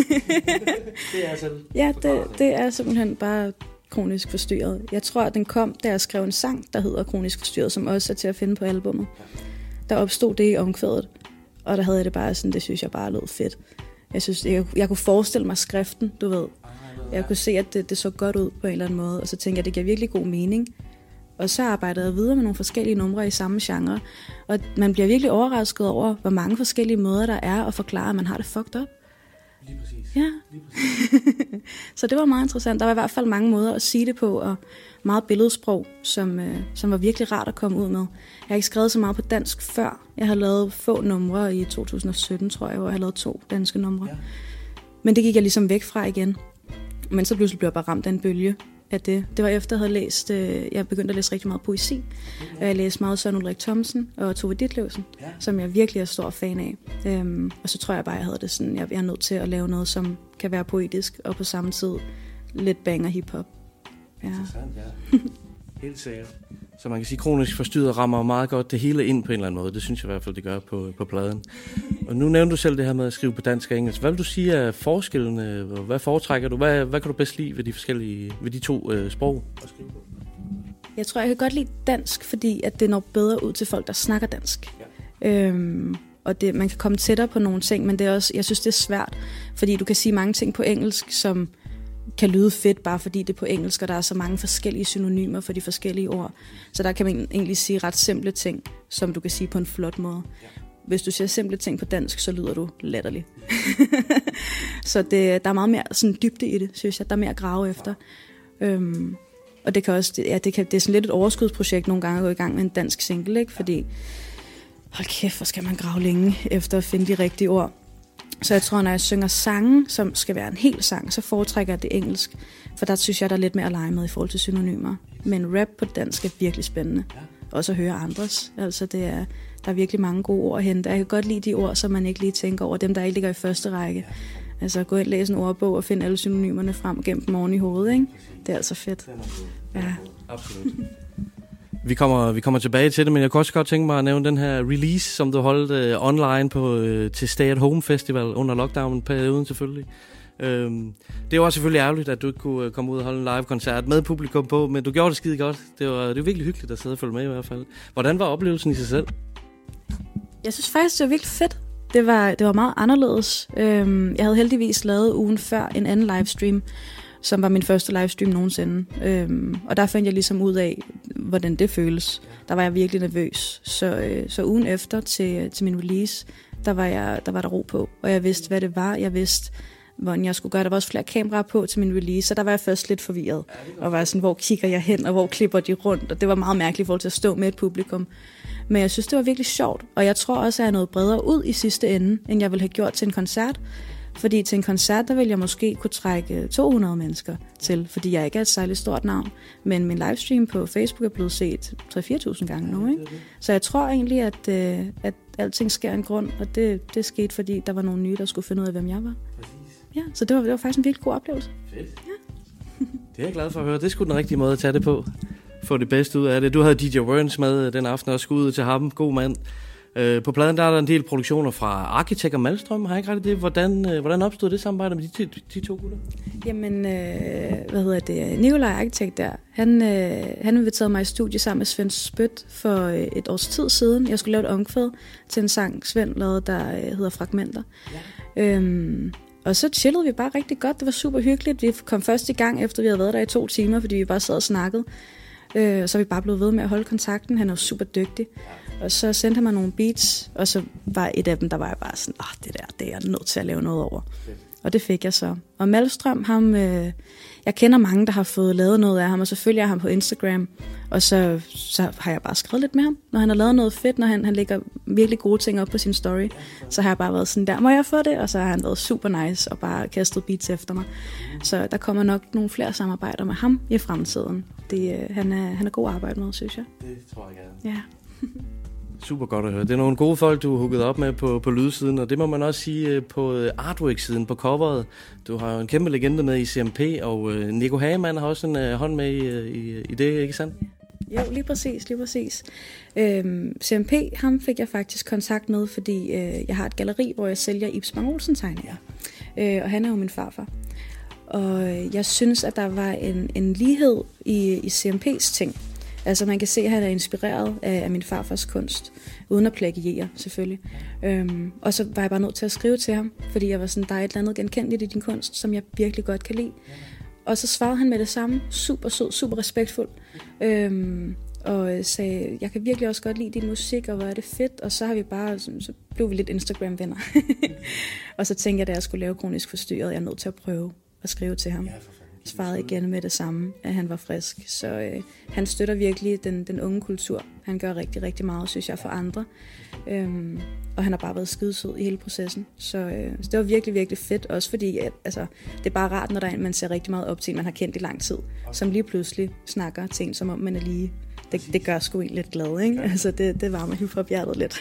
Det er selv. Ja, det er simpelthen bare kronisk forstyrret. Jeg tror, at den kom, da jeg skrev en sang, der hedder Kronisk Forstyrret, som også er til at finde på albummet. Der opstod det i omkvædet, og der havde jeg det bare sådan, det synes jeg bare lød fedt. Jeg synes, jeg kunne forestille mig skriften, du ved. Jeg kunne se, at det så godt ud på en eller anden måde, og så tænkte jeg, at det giver virkelig god mening. Og så arbejdede jeg videre med nogle forskellige numre i samme genre, og man bliver virkelig overrasket over, hvor mange forskellige måder der er at forklare, at man har det fucked up. Lige præcis. Ja. Lige præcis. Så det var meget interessant. Der var i hvert fald mange måder at sige det på, og meget billedsprog, som var virkelig rart at komme ud med. Jeg har ikke skrevet så meget på dansk før. Jeg har lavet få numre i 2017, tror jeg, hvor jeg har lavet 2 danske numre. Ja. Men det gik jeg ligesom væk fra igen. Men så pludselig blev jeg bare ramt af en bølge af det. Det var efter, jeg havde læst, jeg begyndte at læse rigtig meget poesi. Og jeg læste meget Søren Ulrik Thomsen og Tove Ditlevsen, som jeg virkelig er stor fan af. Og så tror jeg bare, jeg havde det sådan, jeg er nødt til at lave noget, som kan være poetisk, og på samme tid lidt banger hiphop. Ja. Interessant, ja. Helt sikkert. Så man kan sige, Kronisk Forstyrret rammer meget godt det hele ind på en eller anden måde. Det synes jeg i hvert fald, det gør på pladen. Og nu nævnte du selv det her med at skrive på dansk og engelsk. Hvad vil du sige er forskellene? Hvad foretrækker du? Hvad kan du bedst lide ved de 2 sprog at skrive på? Jeg tror, jeg kan godt lide dansk, fordi at det når bedre ud til folk, der snakker dansk. Ja. Og man kan komme tættere på nogle ting, men det er også, jeg synes, det er svært. Fordi du kan sige mange ting på engelsk, som kan lyde fedt, bare fordi det er på engelsk, og der er så mange forskellige synonymer for de forskellige ord. Så der kan man egentlig sige ret simple ting, som du kan sige på en flot måde. Ja. Hvis du siger simple ting på dansk, så lyder du latterlig. Så der er meget mere sådan dybde i det, synes jeg. Der er mere at grave efter. Og Og det kan også, det er sådan lidt et overskudsprojekt nogle gange at gå i gang med en dansk single, ikke? Fordi, hold kæft, hvor skal man grave længe efter at finde de rigtige ord. Så jeg tror, når jeg synger sange, som skal være en hel sang, så foretrækker jeg det engelsk. For der synes jeg, der er lidt mere at lege med i forhold til synonymer. Men rap på dansk er virkelig spændende. Også at høre andres. Altså der er virkelig mange gode ord at hente. Jeg kan godt lide de ord, som man ikke lige tænker over. Dem, der ikke ligger i første række. Altså gå ind og læse en ordbog og finde alle synonymerne frem og gemme dem oven i hovedet, ikke? Det er altså fedt. Ja. Absolut. Vi kommer tilbage til det, men jeg kunne også godt tænke mig at nævne den her release, som du holdt online på til Stay at Home Festival under lockdown-perioden selvfølgelig. Det var selvfølgelig ærgerligt, at du ikke kunne komme ud og holde en live-koncert med publikum på, men du gjorde det skide godt. Det var virkelig hyggeligt at sidde og følge med i hvert fald. Hvordan var oplevelsen i sig selv? Jeg synes faktisk, det var virkelig fedt. Det var meget anderledes. Jeg havde heldigvis lavet ugen før en anden livestream, som var min første livestream nogensinde. Og der fandt jeg ligesom ud af, hvordan det føles. Der var jeg virkelig nervøs. Så ugen efter til min release, der var der ro på. Og jeg vidste, hvad det var. Jeg vidste, hvordan jeg skulle gøre. Der var også flere kameraer på til min release, så der var jeg først lidt forvirret. Og var sådan, hvor kigger jeg hen, og hvor klipper de rundt? Og det var meget mærkeligt i forhold til at stå med et publikum. Men jeg synes, det var virkelig sjovt. Og jeg tror også, at jeg er noget bredere ud i sidste ende, end jeg ville have gjort til en koncert. Fordi til en koncert, der ville jeg måske kunne trække 200 mennesker til, fordi jeg ikke er et særligt stort navn. Men min livestream på Facebook er blevet set 3-4.000 gange nu, ikke? Så jeg tror egentlig, at alting sker en grund, og det skete, fordi der var nogle nye, der skulle finde ud af, hvem jeg var. Ja, så det var faktisk en virkelig god oplevelse. Fedt. Ja. Det er jeg glad for at høre. Det er sgu den rigtige måde at tage det på. Få det bedste ud af det. Du havde DJ Werns med den aften og skulle ud til ham. God mand. På pladen der er der en del produktioner fra Architect og Malmstrøm. Har jeg ikke ret i det? Hvordan opstod det samarbejde med de to gutter? Jamen, Nikolaj Architect der, han inviterede mig i studie sammen med Svend Spyt for et års tid siden. Jeg skulle lave et omkvæd til en sang, Svend lavede, der hedder Fragmenter. Ja. Og så chillede vi bare rigtig godt. Det var super hyggeligt. Vi kom først i gang, efter vi havde været der i 2 timer, fordi vi bare sad og snakkede. Så er vi bare blevet ved med at holde kontakten. Han er jo super dygtig. Og så sendte han mig nogle beats, og så var et af dem, der var jeg bare sådan, det er jeg nødt til at lave noget over. Og det fik jeg så. Og Malmstrøm, jeg kender mange, der har fået lavet noget af ham, og så følger jeg ham på Instagram. Og så har jeg bare skrevet lidt med ham. Når han har lavet noget fedt, når han lægger virkelig gode ting op på sin story, så har jeg bare været sådan, der må jeg få det? Og så har han været super nice og bare kastet beats efter mig. Så der kommer nok nogle flere samarbejder med ham i fremtiden. Han er god at arbejde med, synes jeg. Det tror jeg gerne. Ja. Super godt at høre. Det er nogle gode folk, du har hooket op med på lydsiden, og det må man også sige på artwork-siden, på coveret. Du har jo en kæmpe legende med i CMP, og Nico Hagemann har også en hånd med i det, ikke sandt? Jo, lige præcis. CMP, ham fik jeg faktisk kontakt med, fordi jeg har et galleri, hvor jeg sælger Ib Spang Olsen tegninger. Og han er jo min farfar. Og jeg synes, at der var en lighed i CMP's ting. Altså man kan se, at han er inspireret af min farfars kunst, uden at plagiere selvfølgelig. Og så var jeg bare nødt til at skrive til ham, fordi jeg var sådan, der er et eller andet genkendeligt i din kunst, som jeg virkelig godt kan lide. Og så svarede han med det samme, super sød, super respektfuld. Og sagde, jeg kan virkelig også godt lide din musik, og hvor er det fedt. Og så så blev vi lidt Instagram-venner. Og så tænkte jeg, da jeg skulle lave Kronisk Forstyrret, jeg er nødt til at prøve at skrive til ham. Svarede igen med det samme, at han var frisk. Så han støtter virkelig den unge kultur. Han gør rigtig, rigtig meget, synes jeg, for andre. Og han har bare været skidesød i hele processen. Så det var virkelig, virkelig fedt. Også fordi, det er bare rart, når der er en, man ser rigtig meget op til, man har kendt i lang tid. Som lige pludselig snakker til en, som om man er lige... Det gør sgu en lidt glad, ikke? Altså, det varmer hiphop-hjertet lidt.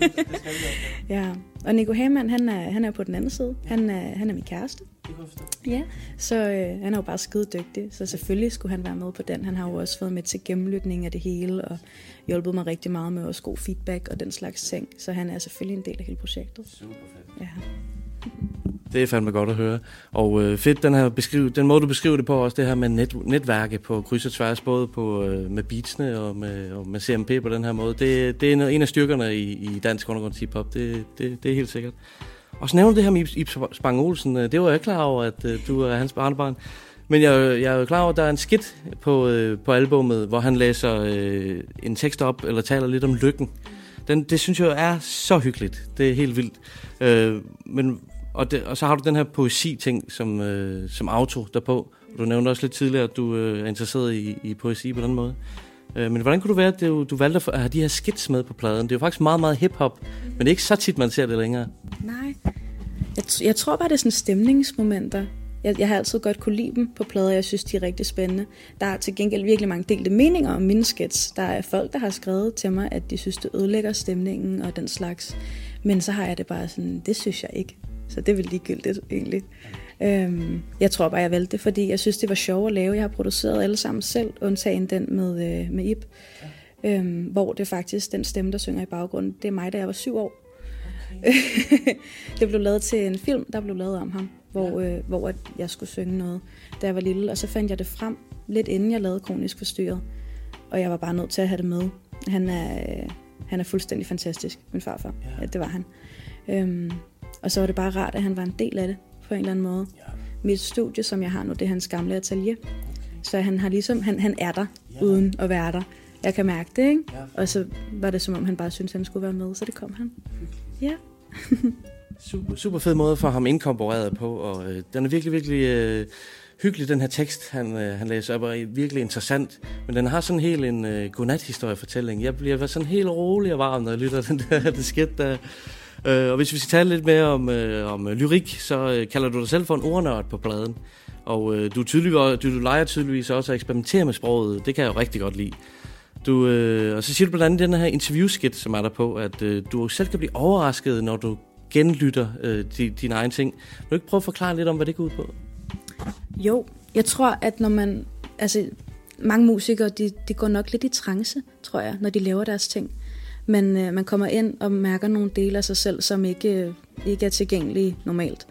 Ja. Og Nico Hagemann, han er på den anden side. Han er min kæreste. Ja, så han er jo bare skide dygtig. Så selvfølgelig skulle han være med på den. Han har jo også været med til gennemlytning af det hele, og hjulpet mig rigtig meget med også god feedback og den slags ting. Så han er selvfølgelig en del af hele projektet. Super fedt. Ja. Det er fandme godt at høre. Og fedt, den måde du beskriver det på også, det her med netværke på kryds og tværs, både med beatsene og med CMP på den her måde. Det er en af styrkerne i dansk undergrunds hiphop. Det er helt sikkert. Og så nævner det her med Ib Spang Olsen. Det var jeg klar over, at du er hans barnebarn. Men jeg er jo klar over, at der er en skit på albumet, hvor han læser en tekst op, eller taler lidt om lykken. Det synes jeg er så hyggeligt. Det er helt vildt. Og så har du den her poesi-ting som auto derpå. Du nævnte også lidt tidligere, at du er interesseret i poesi på den måde. Men hvordan kunne det være, at du valgte at have de her skits med på pladen? Det er jo faktisk meget, meget hip-hop, men det er ikke så tit, man ser det længere. Nej. Jeg tror bare, det er sådan stemningsmomenter. Jeg har altid godt kunne lide dem på plader, jeg synes, de er rigtig spændende. Der er til gengæld virkelig mange delte meninger om mine skits. Der er folk, der har skrevet til mig, at de synes, det ødelægger stemningen og den slags. Men så har jeg det bare sådan, det synes jeg ikke. Så det er vel ligegyldigt egentlig. Jeg tror bare, jeg valgte det, fordi jeg synes, det var sjovt at lave. Jeg har produceret alle sammen selv, undtagen den med Ib. Hvor det faktisk, den stemme, der synger i baggrunden, det er mig, da jeg var 7 år. Okay. Det blev lavet til en film, der blev lavet om ham, hvor jeg skulle synge noget, da jeg var lille. Og så fandt jeg det frem, lidt inden jeg lavede Kronisk Forstyrret. Og jeg var bare nødt til at have det med. Han er fuldstændig fantastisk, min farfar. Ja, det var han. Og så var det bare rart, at han var en del af det, på en eller anden måde. Ja. Mit studie, som jeg har nu, det er hans gamle atelier. Okay. Så han har ligesom, han er der, uden at være der. Jeg kan mærke det, ikke? Ja. Og så var det, som om han bare syntes, han skulle være med, så det kom han. Ja. Super fed måde for ham inkorporeret på, og den er virkelig, virkelig hyggelig, den her tekst, han læser op, og er virkelig interessant. Men den har sådan helt en godnat-historiefortælling. Jeg bliver sådan helt rolig og varm, når jeg lytter den der skit der. Og hvis vi skal tale lidt mere om lyrik, så kalder du dig selv for en ordnørd på pladen. Og du leger tydeligvis også at eksperimentere med sproget. Det kan jeg jo rigtig godt lide. Og så siger du blandt andet den her interviewskit, som er der på, at du selv kan blive overrasket, når du genlytter dine egne ting. Vil du ikke prøve at forklare lidt om, hvad det går ud på? Jo, jeg tror, at når man... Altså, mange musikere, de går nok lidt i trance, tror jeg, når de laver deres ting. Men man kommer ind og mærker nogle dele af sig selv, som ikke er tilgængelige normalt.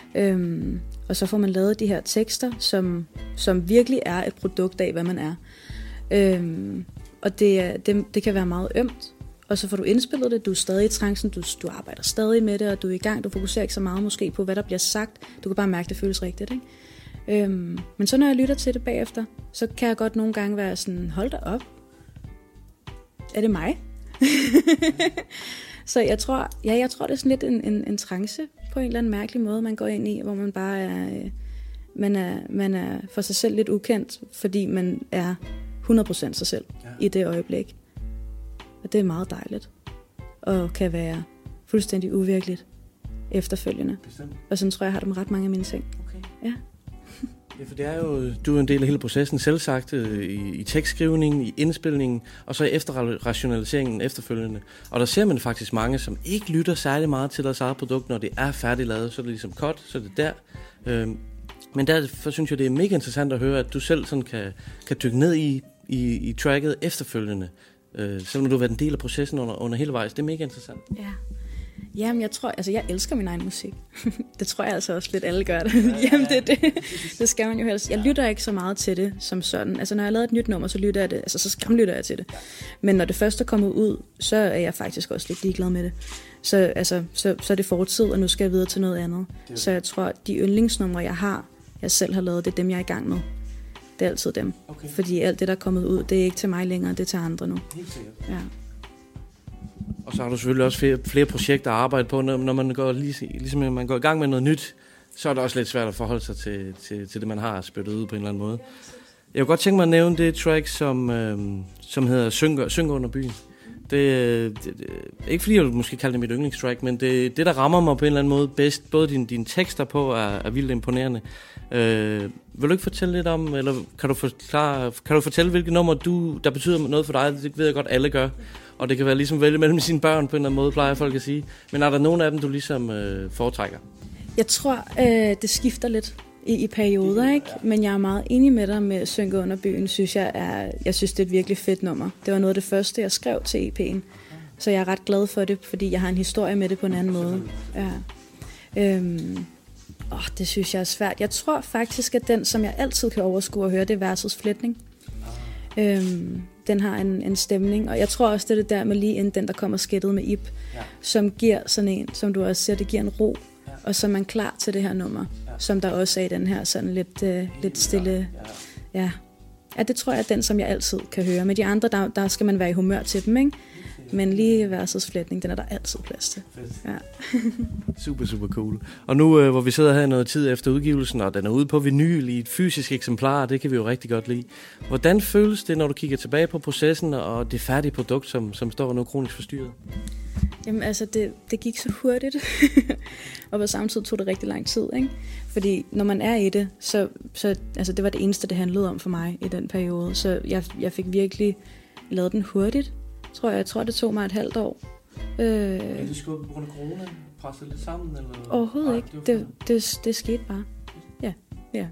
Og så får man lavet de her tekster, som virkelig er et produkt af, hvad man er. Og det kan være meget ømt. Og så får du indspillet det, du er stadig i trancen, du arbejder stadig med det, og du er i gang, du fokuserer ikke så meget måske på, hvad der bliver sagt. Du kan bare mærke, det føles rigtigt, ikke? Men så når jeg lytter til det bagefter, så kan jeg godt nogle gange være sådan, hold da op. Er det mig? Så jeg tror, det er sådan lidt en trance på en eller anden mærkelig måde, man går ind i, hvor man bare er, man er for sig selv lidt ukendt, fordi man er 100% sig selv i det øjeblik. Og det er meget dejligt, og kan være fuldstændig uvirkeligt efterfølgende. Bestemt. Og sådan tror jeg har det med ret mange af mine ting. Okay. Ja. Ja, for det er jo, du er en del af hele processen, selvsagt, i tekstskrivningen, i indspilningen, og så i efterrationaliseringen efterfølgende. Og der ser man faktisk mange, som ikke lytter særlig meget til deres eget produkt, når det er færdiglavet, så er det ligesom cut, så er det der. Men derfor synes jeg, det er mega interessant at høre, at du selv sådan kan dykke ned i tracket efterfølgende, selvom du har været en del af processen under hele vejs. Det er mega interessant. Ja. Jamen, jeg elsker min egen musik. Det tror jeg altså også lidt alle gør det. Jamen, det skal man jo helst. Jeg lytter ikke så meget til det som sådan. Altså, når jeg har lavet et nyt nummer, så lytter jeg det. Altså, så skamlytter jeg til det. Men når det først er kommet ud, så er jeg faktisk også lidt ligeglad med det. Så er det fortid, og nu skal jeg videre til noget andet. Så jeg tror, at de yndlingsnumre, jeg selv har lavet, det er dem, jeg er i gang med. Det er altid dem. Okay. Fordi alt det, der er kommet ud, det er ikke til mig længere, det er til andre nu. Helt sikkert. Ja. Og så har du selvfølgelig også flere projekter at arbejde på, når man går, ligesom man går i gang med noget nyt, så er det også lidt svært at forholde sig til det, man har spyttet ud på en eller anden måde. Jeg kunne godt tænke mig at nævne det track, som hedder Synk under byen. Det ikke fordi jeg måske kalde det mit yndlingstrack, men det der rammer mig på en eller anden måde bedst. Både dine tekster på er vildt imponerende. Vil du ikke fortælle lidt om, eller kan du fortælle, hvilke nummer der betyder noget for dig? Det ved jeg godt, alle gør. Og det kan være ligesom vælge mellem sine børn på en eller anden måde, plejer folk at sige. Men er der nogen af dem, du ligesom foretrækker? Jeg tror, det skifter lidt i perioder, ikke? Men jeg er meget enig med dig med Synke under byen, jeg synes, det er et virkelig fedt nummer. Det var noget af det første, jeg skrev til EP'en. Så jeg er ret glad for det, fordi jeg har en historie med det på en anden måde. Ja. Det synes jeg er svært. Jeg tror faktisk, at den, som jeg altid kan overskue og høre, det er Versus Flætning. Den har en stemning, og jeg tror også, det er det der med lige inden den, der kommer skættet med Ib, som giver sådan en, som du også siger, det giver en ro, og så er man klar til det her nummer, som der også er i den her sådan lidt stille. Ja, det tror jeg er den, som jeg altid kan høre. Med de andre, der skal man være i humør til dem, ikke? Men lige versus flætning, den er der altid plads til. Ja. Super, super cool. Og nu, hvor vi sidder her i noget tid efter udgivelsen, og den er ude på vinyl i et fysisk eksemplar, det kan vi jo rigtig godt lide. Hvordan føles det, når du kigger tilbage på processen og det færdige produkt, som står nu kronisk forstyrret? Jamen altså, det gik så hurtigt, og på samme tid tog det rigtig lang tid, ikke? Fordi når man er i det, så altså, det var det eneste, det handlede om for mig i den periode. Så jeg fik virkelig lavet den hurtigt, tror jeg. Jeg tror, det tog mig et halvt år. Er det skubbet på grund af corona? Presset lidt sammen? Eller? Overhovedet ikke. Det skete bare. Ja.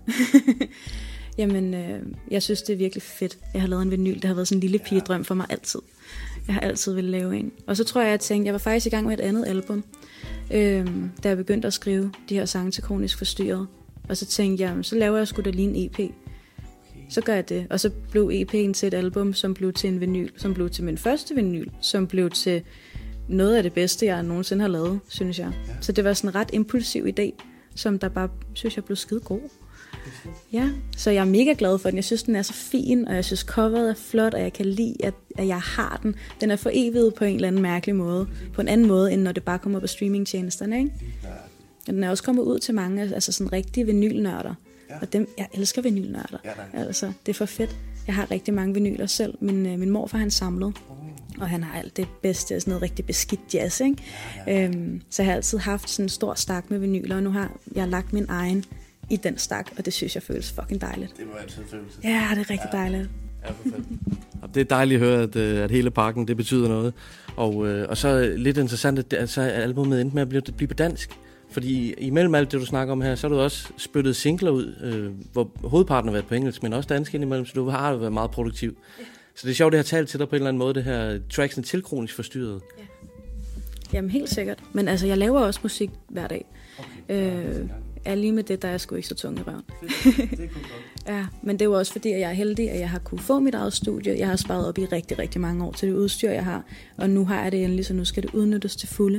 Jamen, jeg synes, det er virkelig fedt. Jeg har lavet en vinyl. Det har været sådan en lille pigedrøm for mig altid. Jeg har altid ville lave en. Og så tror jeg, jeg var faktisk i gang med et andet album, da jeg begyndte at skrive de her sange til kronisk forstyrret. Og så tænkte jeg, så laver jeg sgu da lige en EP. Så gør jeg det. Og så blev EP'en til et album, som blev til en vinyl, som blev til min første vinyl, som blev til noget af det bedste, jeg nogensinde har lavet, synes jeg. Ja. Så det var sådan en ret impulsiv idé, som der bare, synes jeg, blev skide god. Ja, så jeg er mega glad for den. Jeg synes, den er så fin, og jeg synes, coveret er flot, og jeg kan lide, at jeg har den. Den er foreviget på en eller anden mærkelig måde. På en anden måde, end når det bare kommer på streamingtjenesterne, ikke? Og den er også kommet ud til mange, altså sådan rigtige vinylnørder. Ja. Og jeg elsker vinylnørder. Ja, altså, det er for fedt. Jeg har rigtig mange vinyler selv. Min morfar, han samlede. Og han har alt det bedste, sådan noget rigtig beskidt jazz, ikke? Ja. Så jeg har altid haft sådan en stor stak med vinyler, og nu har jeg lagt min egen i den stak, og det synes jeg føles fucking dejligt. Det må altid føles. Ja, det er rigtig dejligt. Ja, for fedt. Og det er dejligt at høre, at hele pakken, det betyder noget. Og så lidt interessant, at så albumet endte med at blive på dansk. Fordi imellem alt det, du snakker om her, så har du også spyttet singler ud, hvor hovedparten har været på engelsk, men også dansk indimellem, så du har været meget produktiv. Ja. Så det er sjovt, det har talt til dig på en eller anden måde, det her tracksene til kronisk forstyrret. Ja. Jamen helt sikkert. Men altså, jeg laver også musik hver dag. Okay. Er lige med det, der er sgu ikke så tung i røven. Det ja, men det er jo også fordi, at jeg er heldig, at jeg har kunne få mit eget studie. Jeg har sparet op i rigtig, rigtig mange år til det udstyr, jeg har. Og nu har jeg det endelig, så nu skal det udnyttes til fulde.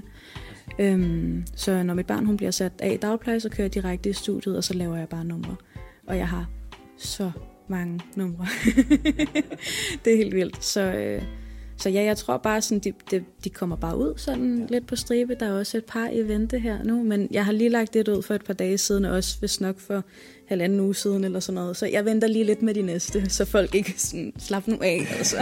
Så når mit barn hun bliver sat af i dagpleje, så kører jeg direkte i studiet, og så laver jeg bare numre. Og jeg har så mange numre. Det er helt vildt. Så ja, jeg tror bare, sådan, de kommer bare ud sådan lidt på stribe. Der er også et par i vente her nu, men jeg har lige lagt det ud for et par dage siden, og også vist nok for 1,5 uge siden eller sådan noget. Så jeg venter lige lidt med de næste, så folk ikke sådan, slapper nu af. Altså.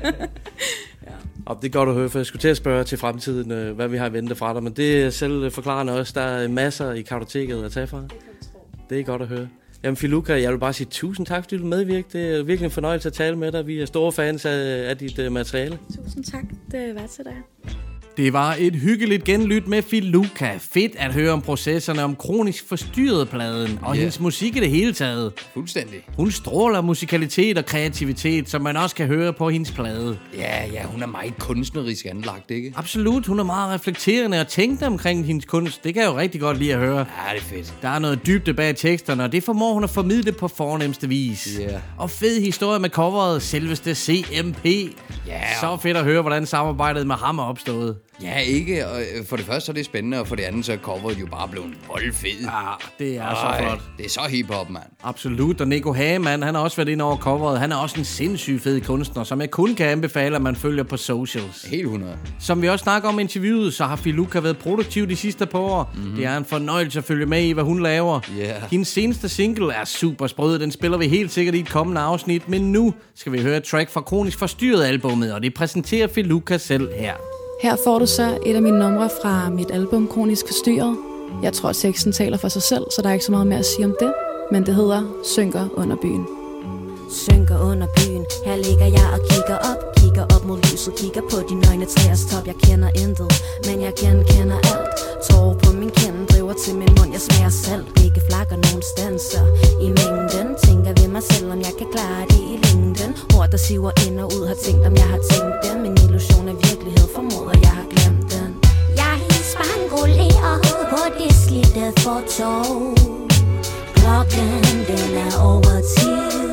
Ja. Og det er godt at høre, for jeg skulle til at spørge til fremtiden, hvad vi har i vente fra dig, men det er selv forklarende også. Der er masser i kartoteket at tage fra. Det er godt at høre. Jamen Filuka, jeg vil bare sige tusind tak, fordi du medvirkede. Det er virkelig en fornøjelse at tale med dig. Vi er store fans af dit materiale. Tusind tak. Det var til dig. Det var et hyggeligt genlyt med Filuka. Fedt at høre om processerne om kronisk forstyrret pladen og hendes musik i det hele taget. Fuldstændig. Hun stråler musikalitet og kreativitet, som man også kan høre på hendes plade. Ja, hun er meget kunstnerisk anlagt, ikke? Absolut, hun er meget reflekterende og tænkende omkring hendes kunst. Det kan jeg jo rigtig godt lide at høre. Ja, det er fedt. Der er noget dybde bag teksterne, og det formår hun at formidle på fornemste vis. Yeah. Og fed historie med coveret, selveste CMP. Så fedt at høre, hvordan samarbejdet med ham er opstået. Ja, ikke. Og for det første så er det spændende, og for det andet så er coveret jo bare blevet voldfed. Ja, det er så flot. Det er så hip-hop, mand. Absolut, og Nico Hagemann, han har også været inde over coveret. Han er også en sindssygt fed kunstner, som jeg kun kan anbefale, at man følger på socials. Helt 100. Som vi også snakker om i interviewet, så har Filuka været produktiv de sidste par år. Mm-hmm. Det er en fornøjelse at følge med i, hvad hun laver. Yeah. Hendes seneste single er super sprød. Den spiller vi helt sikkert i et kommende afsnit. Men nu skal vi høre et track fra Kronisk Forstyrret albumet, og det præsenterer Filuka selv her. Her får du så et af mine numre fra mit album Kronisk Forstyrret. Jeg tror, teksten taler for sig selv, så der er ikke så meget mere at sige om det. Men det hedder Synker under byen. Synker under byen, her ligger jeg og kigger op mod lyset, kigger på de nøgne træers top. Jeg kender intet, men jeg genkender alt. Tårer på min kind driver til min mund, jeg smager salt. Ikke flakker nogen stanser i mængden. Tænker ved mig selv, om jeg kan klare det i længden. Ord der siver ind og ud, har tænkt om jeg har tænkt dem. Min illusion af virkelighed formoder, jeg har glemt den. Jeg spangulerer på det slidte fortov. Klokken den er over tid.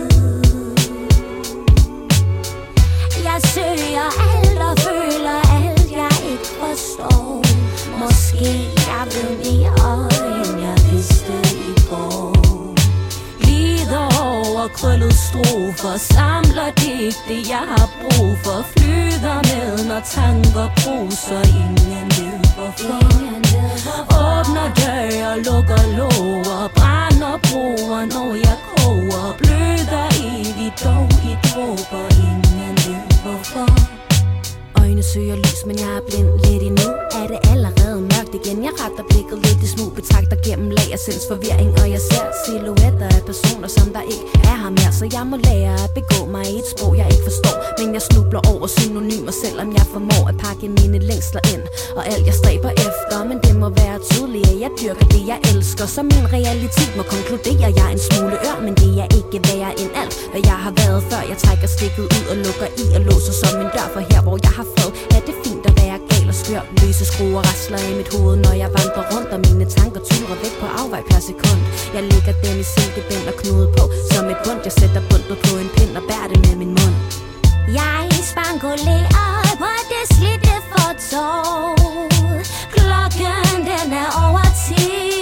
Jeg søger alt og føler alt, jeg ikke forstår. Måske jeg ved mere, end jeg vidste i går. Lider over og krøllede strofer, samler digte, jeg har brug for, flyder med, når tanker bruser, ingen ved hvorfor. Åbner døre, lukker låger, brænder broer, når jeg koger, bløder evigt, dog i dråber, ingen ved hvorfor. Øjne søger lys, men jeg er blind lidt endnu. Er det allerede mørkt igen? Jeg retter blikket lidt i smug, betragter gennem lag af sinds forvirring, og jeg ser silhuetter af personer, som der ikke er her mere. Så jeg må lære at begå mig i et sprog, jeg ikke forstår, men jeg snubler over synonymer, selvom jeg formår at pakke mine længsler ind og alt jeg stræber efter. Men det må være tydeligt, at jeg dyrker det, jeg elsker, så min realitet må konkludere, jeg er en smule ør, men det er ikke værre end alt, hvad jeg har været før. Jeg trækker stikket ud og lukker i og låser som en dør, for her hvor jeg har fred, er det fint at være gal og skør. Løse skruer rasler i mit hoved, når jeg vandrer rundt, og mine tanker turer væk på afvej per sekund. Jeg lægger dem i silkebind og knude på som et bund. Jeg sætter bundet på en pind og bærer det med min mund. Jeg spangulerer på det slidte fortov. Klokken den er over 10.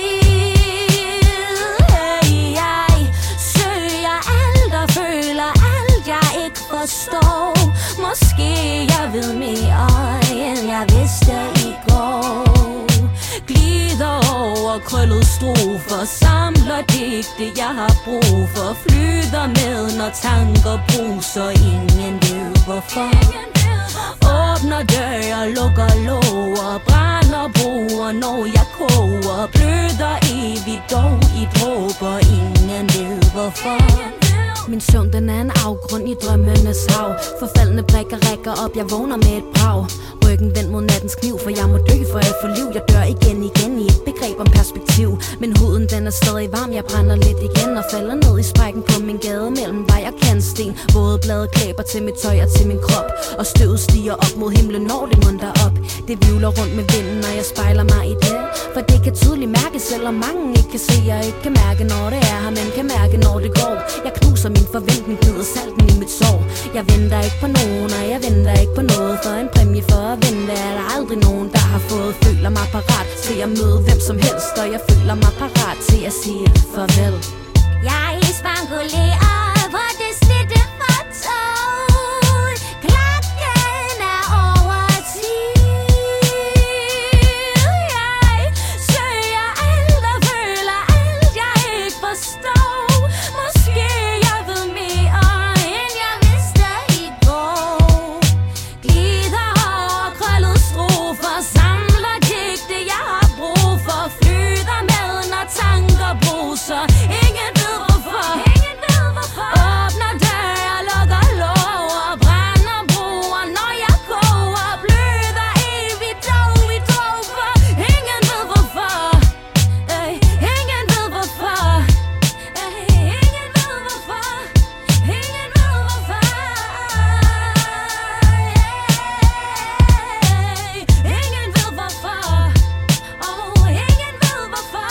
Jeg søger alt og føler alt jeg ikke forstår. Måske jeg ved mere end jeg vidste i går. Glider over krøllet strofer, samler digte jeg har brug for, flyder med når tanker bruser, ingen ved hvorfor. Åbner døre, lukker låger, brænder broer, når jeg koger, bløder evigt, dog i dråber, ingen ved hvorfor. Min søvn den er en afgrund i drømmenes hav. Forfaldende brikker rækker op, jeg vågner med et brag. Ryggen vendt mod nattens kniv, for jeg må dø for at få liv. Jeg dør igen i et begreb om perspektiv. Men huden den er stadig varm, jeg brænder lidt igen og falder ned i sprækken på min gade mellem vej og kantsten. Våde blade klæber til mit tøj og til min krop, og støvet stiger op mod himlen, når det munter op. Det vivler rundt med vinden, når jeg spejler mig i det, for det kan tydeligt mærkes, selvom mange ikke kan se og ikke kan mærke, når det er her, men kan mærke, når det går. Jeg knuser min forventning, gnider salten i mit sår. Jeg venter ikke på nogen, og jeg venter ikke på noget, for en præmie for at vente er der aldrig nogen, der har fået. Føler mig parat til at møde hvem som helst, og jeg føler mig parat til at sige farvel. Jeg spangulerer på det slidte fortov. Klokken er over 10. Jeg søger alt og føler alt jeg ikke forstår. Måske jeg ved mere end jeg vidste i går. Glider over krøllet strofer, samler digte jeg har brug for, flyder med når tanker bruser, ingen ved hvorfor. Åbner døre, lukker låger, brænder broer, når jeg koger, bløder evigt, dog i dråber, ingen ved hvorfor. Ingen ved hvorfor. Ingen ved hvorfor. Ingen ved hvorfor. Ingen ved hvorfor. Ingen ved hvorfor.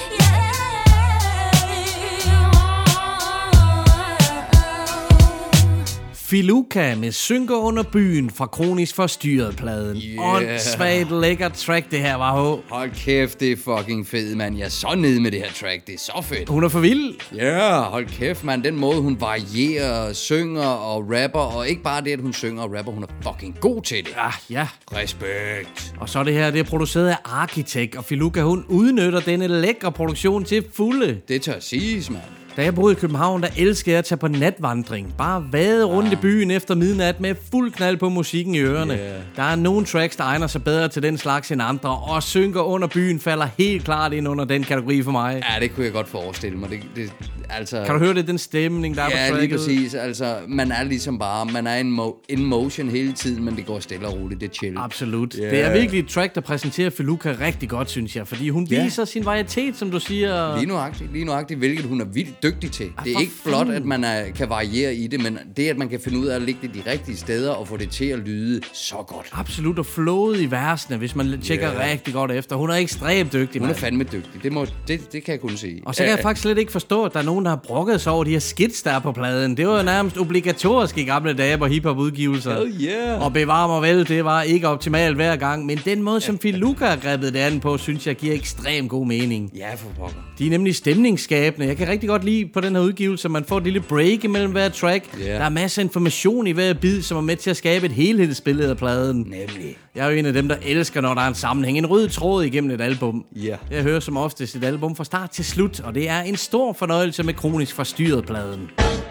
Filuka med Synker under byen fra Kronisk Forstyrret-pladen. Åndssvagt lækkert track, det her var H. Hold kæft, det er fucking fedt, mand. Jeg er så nede med det her track. Det er så fedt. Hun er for vild. Ja, hold kæft, mand. Den måde, hun varierer, synger og rapper. Og ikke bare det, at hun synger og rapper. Hun er fucking god til det. Ja. Respekt. Og så det her, det er produceret af Architect. Og Filuka, hun udnytter denne lækre produktion til fulde. Det tør siges, mand. Da jeg boede i København, der elskede jeg at tage på natvandring. Bare vade rundt i byen efter midnat med fuld knald på musikken i ørerne. Der er nogle tracks, der egner sig bedre til den slags end andre, og Synker under byen falder helt klart ind under den kategori for mig. Ja, det kunne jeg godt forestille mig. Altså, kan du høre det, den stemning, der er på tracket? Ja, lige præcis. Altså, man er ligesom bare, man er in motion hele tiden, men det går stille og roligt, det er chill. Absolut. Yeah. Det er virkelig et track, der præsenterer Filuka rigtig godt, synes jeg, fordi hun viser sin varietet, som du siger. Lige nuagtigt, hvilket hun er vildt dygtig til. Det er ikke blot, at man kan variere i det, men det, at man kan finde ud af at lægge det de rigtige steder og få det til at lyde så godt. Absolut, og flowet i versene, hvis man tjekker rigtig godt efter. Hun er ekstremt dygtig. Hun er fandme dygtig. Det kan jeg kun sige. Og så kan jeg faktisk slet ikke forstå, at der er nogen, nogen, der har brokket sig over de her skits, der er på pladen. Det var jo nærmest obligatorisk i gamle dage på hiphop-udgivelser. Oh yeah. Og bevar mig vel, det var ikke optimalt hver gang. Men den måde, som Filuka har grebet det an på, synes jeg giver ekstremt god mening. Ja, for pokker. De er nemlig stemningsskabende. Jeg kan rigtig godt lide på den her udgivelse, man får et lille break imellem hver track. Yeah. Der er masser af information i hver bid, som er med til at skabe et helhedsbillede af pladen. Nemlig. Jeg er jo en af dem, der elsker, når der er en sammenhæng. En rød tråd igennem et album. Ja. Jeg hører som oftest et album fra start til slut, og det er en stor fornøjelse med Kronisk Forstyrret-pladen.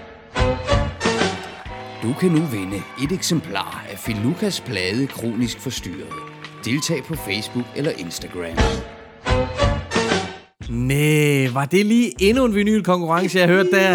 Du kan nu vinde et eksemplar af Filukas plade Kronisk Forstyrret. Deltag på Facebook eller Instagram. Næh, var det lige endnu en vinylkonkurrence, jeg hørte der?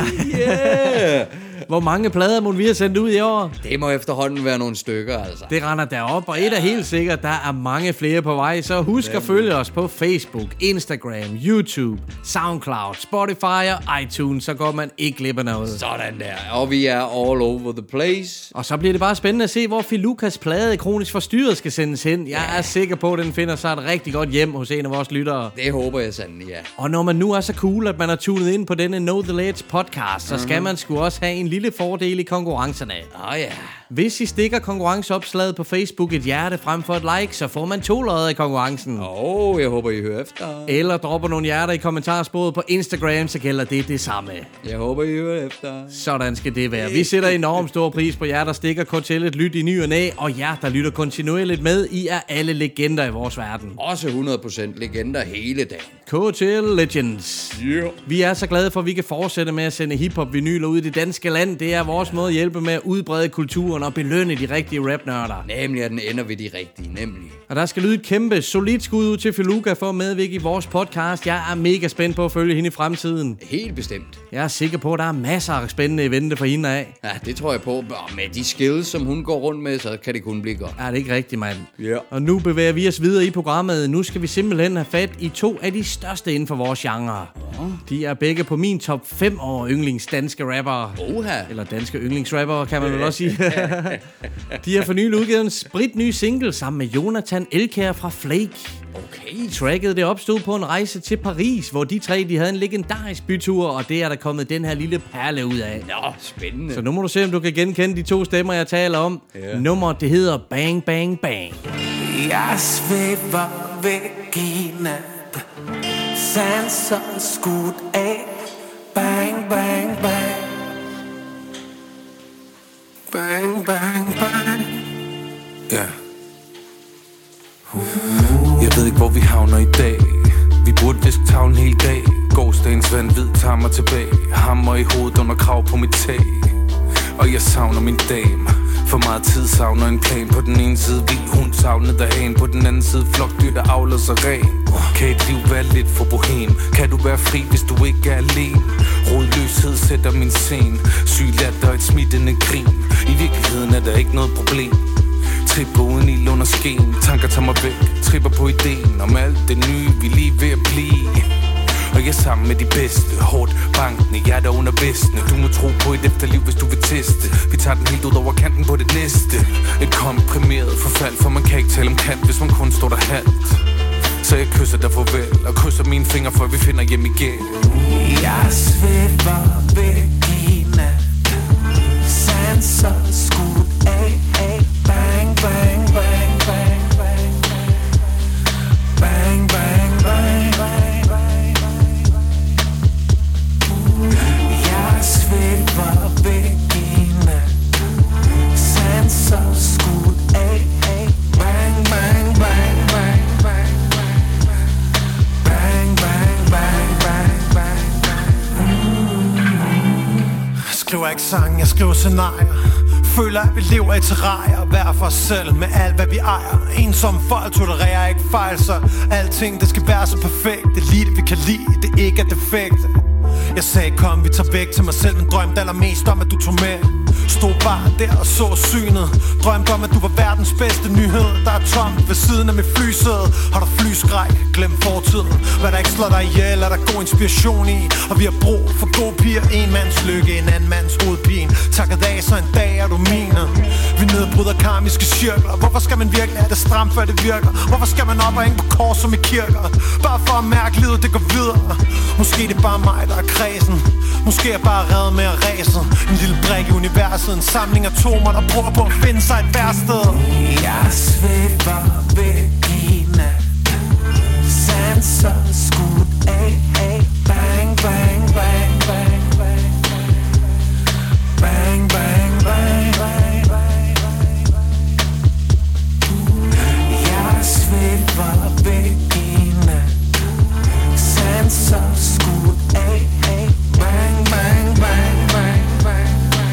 Yeah! Hvor mange plader må vi have sendt ud i år? Det må efterhånden være nogle stykker, altså. Det render derop, og et er helt sikkert, der er mange flere på vej, så husk at følge os på Facebook, Instagram, YouTube, Soundcloud, Spotify og iTunes, så går man ikke glip af noget. Sådan der, og vi er all over the place. Og så bliver det bare spændende at se, hvor Filukas plade Kronisk Forstyrret skal sendes hen. Jeg er sikker på, at den finder sig et rigtig godt hjem hos en af vores lyttere. Det håber jeg sandelig, ja. Og når man nu er så cool, at man har tunet ind på denne Know The Ledge podcast, så skal man sgu også have en lille fordel i konkurrencerne. Ja. Hvis I stikker konkurrenceopslaget på Facebook et hjerte frem for et like, så får man 2 lodder i konkurrencen. Jeg håber, I hører efter. Eller dropper nogle hjerter i kommentarsporet på Instagram, så gælder det samme. Jeg håber, I hører efter. Sådan skal det være. Vi sætter enormt stor pris på jer, der stikker KTL et lyt i ny og næ, og jer, der lytter kontinuerligt med. I er alle legender i vores verden. Også 100% legender hele dagen. KTL Legends. Yeah. Vi er så glade for, at vi kan fortsætte med at sende hiphop-vinyler ud i det danske land. Det er vores måde at hjælpe med at udbrede kulturen og belønne de rigtige rapnørder. Nemlig, at den ender ved de rigtige, nemlig. Og der skal lyde et kæmpe, solidt skud ud til Filuka for at medvirke i vores podcast. Jeg er mega spændt på at følge hende i fremtiden. Helt bestemt. Jeg er sikker på, at der er masser af spændende eventer for hende af. Ja, det tror jeg på. Og med de skills, som hun går rundt med, så kan det kun blive godt. Ja, det er ikke rigtigt, mand. Ja. Og nu bevæger vi os videre i programmet. Nu skal vi simpelthen have fat i 2 af de største inden for vores genre. De er begge på min top 5 over yndlings danske rappere. Eller danske yndlingsrappere, kan man vel også sige. De har for nylig udgivet en spritny single sammen med Jonathan Elkjær fra Flake. Okay. Tracket det opstod på en rejse til Paris, hvor de 3 de havde en legendarisk bytur, og det er der kommet den her lille perle ud af. Nå, spændende. Så nu må du se, om du kan genkende de 2 stemmer, jeg taler om. Yeah. Nummeret, det hedder Bang Bang Bang. Jeg svæver væk i nat, sanser skudt af. Bang, bang, bang. Bang, bang, bang. Ja. Jeg ved ikke, hvor vi havner i dag. Vi burde viske tavlen hele dag. Gårdsdagens vanvid tager mig tilbage. Hammer i hovedet under krav på mit tag. Og jeg savner min dame. For meget tid savner en plan. På den ene side vild hund savnet af hagen. På den anden side flokdyr der avler sig ren. Kan et liv være lidt for bohem? Kan du være fri hvis du ikke er alene? Rodløshed sætter min scene. Syg latter og et smittende grin. I virkeligheden er der ikke noget problem. Tripper uden ild under skeen. Tanker tager mig væk. Tripper på ideen om alt det nye vi lige ved at blive. Og jeg er sammen med de bedste. Hårdt bankende, hjerter under vestene. Du må tro på et efterliv, hvis du vil teste. Vi tager den helt ud over kanten på det næste. Et komprimeret forfald, for man kan ikke tale om kant, hvis man kun står der halvt. Så jeg kysser dig farvel og krydser mine fingre, før vi finder hjem igen. Jeg svæver væk i nat, sanser skudt af. Bang, bang, bang, bang, bang, bang, bang, bang, bang, bang. Jeg svæver væk i nat, sanser skudt af. Bang, bang, bang, bang, bang, bang, bang, bang, bang, bang, bang. Jeg skriver ikke sang, jeg skriver scenarier. Føler at vi lever i terrarier. Hver for os selv med alt hvad vi ejer. Ensomme folk tolererer ikke fejl. Så alting det skal være så perfekt. Det er lige det vi kan lide, det ikke er defekt. Jeg sagde kom vi tager væk til mig selv. Men drømte allermest om at du tog med. Stod bare der og så synet. Drømte om at du var verdens bedste nyhed. Der er tomt ved siden af mit flysæde. Har du flyskræk, glem fortiden. Hvad der ikke slår dig ihjel, er der god inspiration i. Og vi har brug for gode piger. En mands lykke, en anden mands hovedpine. Takket af så en dag er du mine. Vi nedbryder karmiske cirkler. Hvorfor skal man virkelig have det stramt før det virker? Hvorfor skal man op og hænge på kors som i kirker? Bare for at mærke livet det går videre. Måske det er bare mig der er kredsen. Måske er bare reddet med at ræse. En lille brik i universet, en samling atomer, der prøver på at finde sig et værsted. Jeg svæver væk i nat. Sanser skudt af. Bang, bang, bang, bang, bang. Bang, bang, bang, bang, bang. Jeg svæver væk i nat. Sanser skudt af. Bang, bang, bang, bang, bang.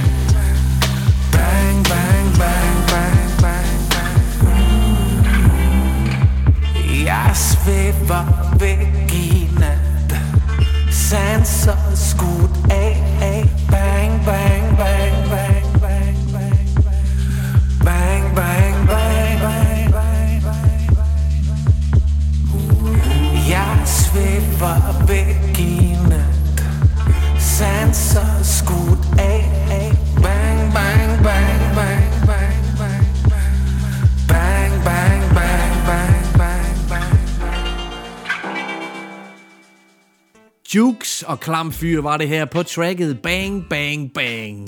Bang, bang, bang, bang, bang, bang. Jeg svæver væk i nat. Sanser skudt af. Bang, bang, bang, bang, bang, bang. Bang, bang, bang, bang, bang, bang. Jeg svæver væk i nat. Sanser skudt af. Bang, bang, bang, bang, bang, bang. Bang, bang, bang, bang, bang, bang. Jukes og Klam Fyr var det her på tracket Bang Bang Bang.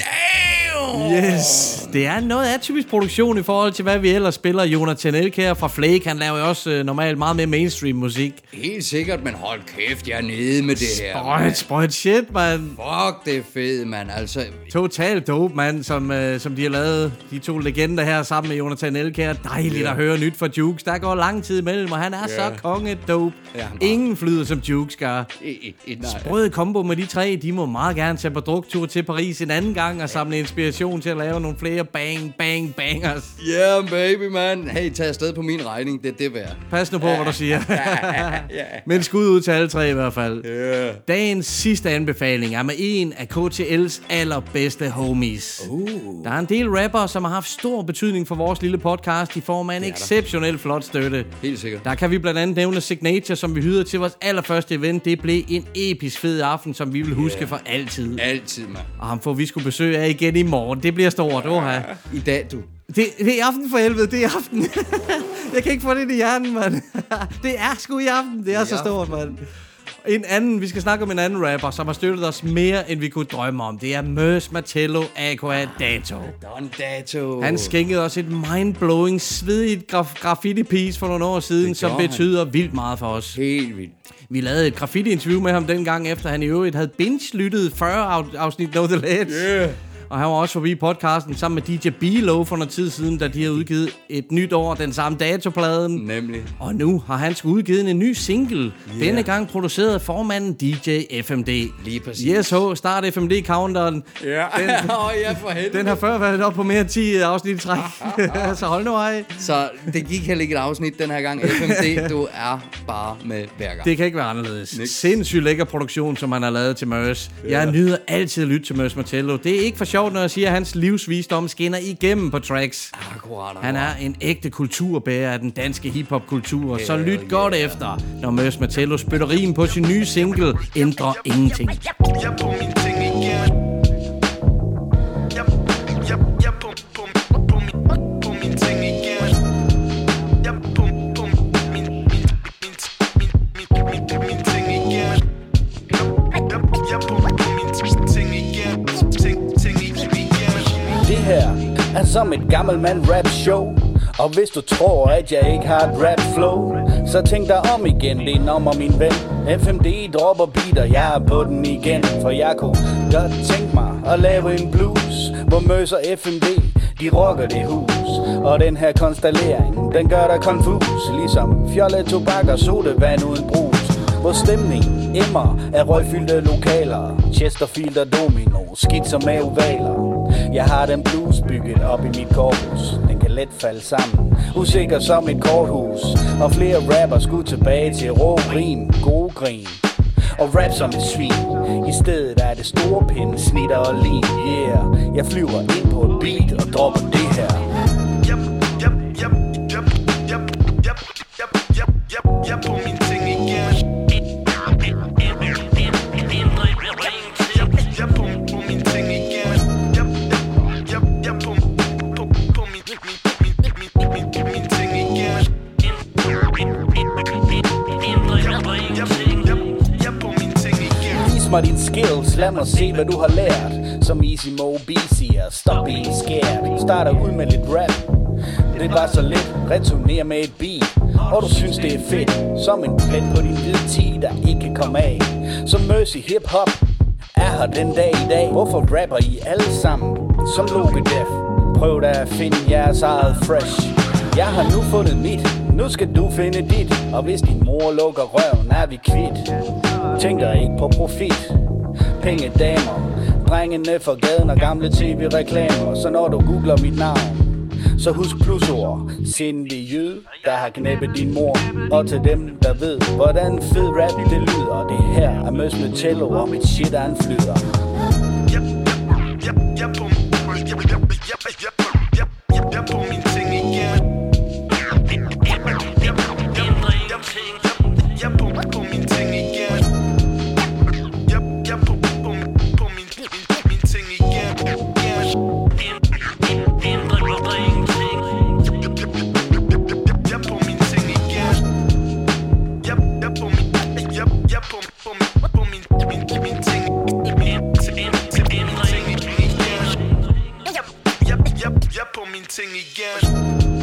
Yes, det er noget atypisk produktion i forhold til, hvad vi ellers spiller. Jonathan Elkjær fra Flake, han laver jo også normalt meget mere mainstream musik. Helt sikkert, men hold kæft, jeg er nede med det her. Sprøjt shit, man. Fuck, det er fedt, man. Altså, totalt dope, man, som de har lavet. De to legender her sammen med Jonathan Elkjær. Dejligt at høre nyt fra Jukes. Der går lang tid imellem, og han er så konge dope. Ingen flyder som Jukes gør. Sprøde kombo med de tre, de må meget gerne tage på druktur til Paris en anden gang og samle inspiration til at lave nogle flere bang, bang, bangers. Yeah, baby, man. Hey, tag afsted på min regning. Det er det værd. Pas nu på, hvad du siger. Men skud ud til alle tre i hvert fald. Dagens sidste anbefaling er med en af KTL's allerbedste homies. Der er en del rappere, som har haft stor betydning for vores lille podcast i form af en exceptionelt flot støtte. Helt sikkert. Der kan vi blandt andet nævne Signature, som vi hyrede til vores allerførste event. Det blev en episk fed aften, som vi vil huske for altid. Altid, mand. Og ham får vi skulle besøge af igen i morgen. Det bliver stort, I dag, du. Det er aften for helvede, det er aften. Jeg kan ikke få det i hjernen, mand. Det er sgu i aften, det er så stort, mand. Vi skal snakke om en anden rapper, som har støttet os mere, end vi kunne drømme om. Det er Murs Matello, a.k.a. Dato. Don Dato. Han skænkede os et mindblowing, svedigt graffiti-piece for nogle år siden, som betyder vildt meget for os. Helt vildt. Vi lavede et graffiti-interview med ham dengang, efter han i øvrigt havde binge-lyttet 40 afsnit Know The Ledge. Yeah. Og han var også forbi podcasten sammen med DJ B-Lo for noget tid siden, da de havde udgivet et nyt år, den samme Dato-pladen. Nemlig. Og nu har han sgu udgivet en ny single. Denne gang produceret af formanden DJ FMD. Lige præcis. Yes, start FMD-counteren. Ja. For helvede. Den har før været op på mere end 10 afsnit i træk. Så hold nu ej. Så det gik heller ikke et afsnit den her gang. FMD, du er bare med hver gang. Det kan ikke være anderledes. Sindssygt lækker produktion, som han har lavet til Murs. Jeg nyder altid at lytte til Murs Matello. Det er ikke for sjovt, når jeg siger, at hans livsvisdom skinner igennem på tracks. Han er en ægte kulturbærer af den danske hiphop-kultur, så lyt godt efter, når Murs Matello spytter rim på sin nye single, Ændrer Ingenting. Jeg på min ting igen. Jeg på min ting igen. Jeg på min ting igen. Jeg på min ting igen. Det her er som et gammel mand rap show. Og hvis du tror, at jeg ikke har et rap flow, så tænk dig om igen, det er nummer min ven. FMD dropper beater, jeg er på den igen. For jeg kunne godt tænke mig at lave en blues, hvor Murs og FMD, de rocker det hus. Og den her konstellering, den gør dig konfus, ligesom fjollet tobak og sodavand uden brus. Hvor stemning emmer af røgfyldte lokaler, Chesterfield og domino, skitser med ovaler. Jeg har den blues bygget op i mit korpus. Den kan let falde sammen, usikker som et korthus. Og flere rapper skulle tilbage til rå rim, gode grin og rap som et svin. I stedet er det store pinde, snitter og lin. Yeah, jeg flyver ind på et beat og dropper det her. Jeg på min ting igen. Jeg på min ting igen. Jeg på min ting igen. mig din skills, lad mig se hvad du har lært. Som Easy Mo B siger, stop being scared. Du starter ud med lidt rap, det var så let, returner med et beat. Og du synes det er fedt, som en plet på din hvide tee, der ikke kan komme af. Som Mercy Hip Hop er her den dag i dag. Hvorfor rapper I alle sammen som Logidef? Prøv da at finde jeres eget fresh. Jeg har nu fundet mit, nu skal du finde dit. Og hvis din mor lukker røven, er vi kvitt. Tænker ikke på profit, penge damer, drengene for gaden og gamle tv-reklamer. Så når du googler mit navn, så husk plusord. Sindig jøde, der har knæppet din mor. Og til dem, der ved, hvordan fed rap det lyder. Det her er Møs Metello, og mit shit er en flyder. Jeg på min ting igen. Jeg på min ting igen. Jeg på min ting igen. Jeg på min ting igen. Jeg på min ting. Jeg på min ting igen.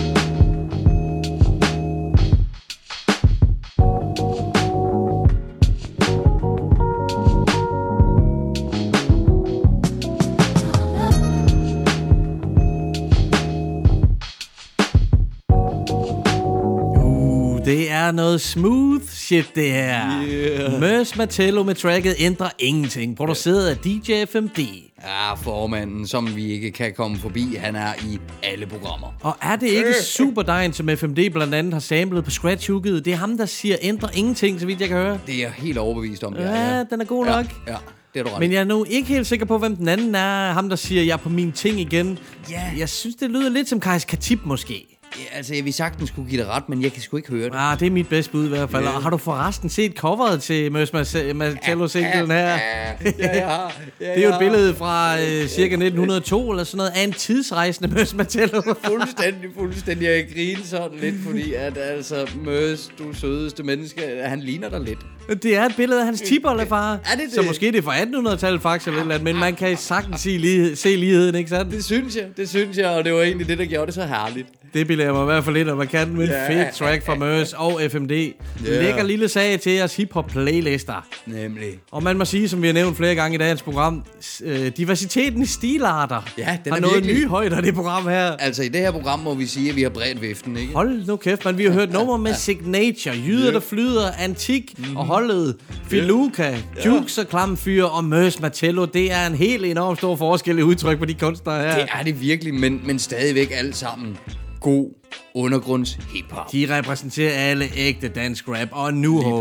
Det er noget smooth shit, det her. Yeah. Møs Metello med tracket Ændrer Ingenting, produceret af DJ FMD. Ja, formanden, som vi ikke kan komme forbi, han er i alle programmer. Og er det ikke Superdejen, som FMD blandt andet har samlet på scratch-hooket? Det er ham, der siger Ændrer Ingenting, så vidt jeg kan høre. Det er jeg helt overbevist om. Ja, den er god nok. Ja, det er du ret. Men jeg er nu ikke helt sikker på, hvem den anden er. Ham, der siger, jeg er på mine ting igen. Ja. Jeg synes, det lyder lidt som Kajs Katip måske. Ja, altså, jeg vil sagtens kunne give det ret, men jeg kan sgu ikke høre det. Det er mit bedste bud i hvert fald. Har du forresten set coveret til Møs Metello-singlen her? Ja, jeg har. Det er jo et billede fra cirka 1902 eller sådan noget af en tidsrejsende Møs Metello. Fuldstændig. Jeg griner sådan lidt, fordi at altså, Møs, du sødeste menneske, han ligner dig lidt. Det er et billede af hans tipoldefar. Er det? Så måske det er fra 1800-tallet faktisk eller lidt, men man kan sagtens se ligheden, ikke sandt? Det synes jeg, og det var egentlig det, der gjorde det så herligt. Det bilder jeg mig i hvert fald lidt, og man kan med en fedt track fra Møs og FMD. Lækker lille sag til jeres hiphop-playlister. Nemlig. Og man må sige, som vi har nævnt flere gange i dagens program, diversiteten i stilarter den har er noget virkelig nye højder, det program her. Altså i det her program må vi sige, at vi har bredt viften, ikke? Hold nu kæft, man. Vi har hørt numre med Signature, Jyder, der flyder, Antik og holdet, Filuka, Jukes og Klamfyr og Møs Metello. Det er en helt enormt stor forskel i udtryk på de kunstnere her. Det er det virkelig, men stadigvæk alt sammen god undergrunds hiphop. De repræsenterer alle ægte dansk rap, og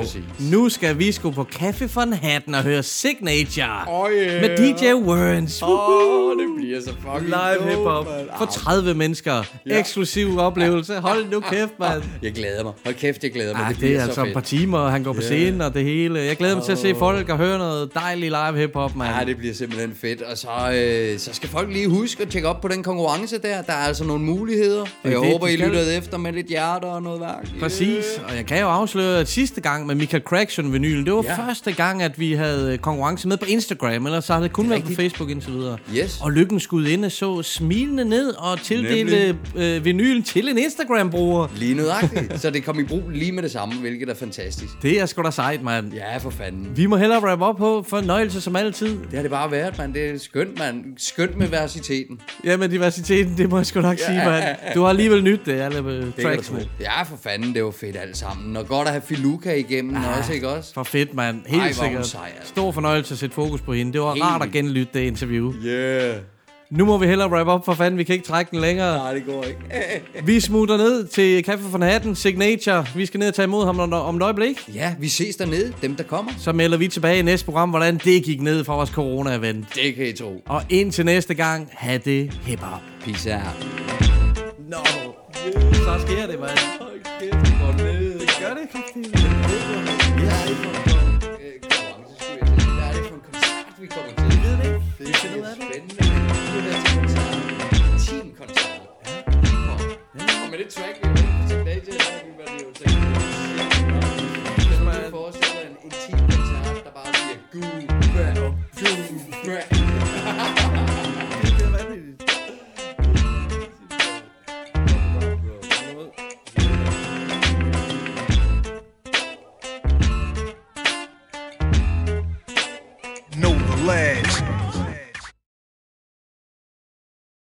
nu skal vi sgu på Café von Hatten og høre Signature med DJ Werns. Det bliver så fucking live hiphop for 30 mennesker. Eksklusiv oplevelse. Hold nu kæft, mand. Jeg glæder mig. Hold kæft, jeg glæder mig. Det er altså et par timer, og han går på scenen og det hele. Jeg glæder mig til at se folk og høre noget dejligt live hiphop, mand. Ja, det bliver simpelthen fedt. Og så skal folk lige huske at tjekke op på den konkurrence der. Der er altså nogle muligheder. Og jeg håber, I lytter efter med lidt hjerter og noget værk. Præcis, og jeg kan jo afsløre, at sidste gang med Michael Crackson-vinylen, det var første gang, at vi havde konkurrence med på Instagram, ellers så havde det kun været på Facebook indtil videre. Yes. Og Lykken skud inde så smilende ned og tildele vinylen til en Instagram-bruger. Lige nøjagtigt, så det kom i brug lige med det samme, hvilket er fantastisk. Det er sgu da sejt, mand. Ja, for fanden. Vi må hellere wrap op på fornøjelse som altid. Det har det bare været, mand. Det er skønt, mand. Skønt med diversiteten. Ja, med diversiteten, det må jeg sgu nok sige, mand. Du har alligevel nyt det, alle tracks. Ja, for fanden, det var fedt alt sammen. Og godt at have Filuka igennem også, ikke også? For fedt, mand. Helt sikkert. Stor fornøjelse at sætte fokus på hende. Det var rart at genlytte det interview. Yeah. Nu må vi hellere wrap up, for fanden. Vi kan ikke trække den længere. Nej, det går ikke. Vi smutter ned til Café von Hatten, Signature. Vi skal ned og tage imod ham om et øjeblik. Ja, vi ses dernede, dem der kommer. Så melder vi tilbage i næste program, hvordan det gik ned for vores corona-event. Det kan I tro. Og indtil næste gang, have det hip-hop. Peace out. No. Så sker det, mand. Hold kæft, det går ned. Gør det, Christine? Ja, det er for en konkurrence, skulle jeg til. Hvad er det for en koncert, vi kommer til? Jeg ved det ikke. Det er spændende. Det er til koncert. Teamkoncert. Og med det track, vi har været på Signature, så har vi været jo tænkt. Hvis man forestiller en teamkoncert, der bare siger, gud, Right.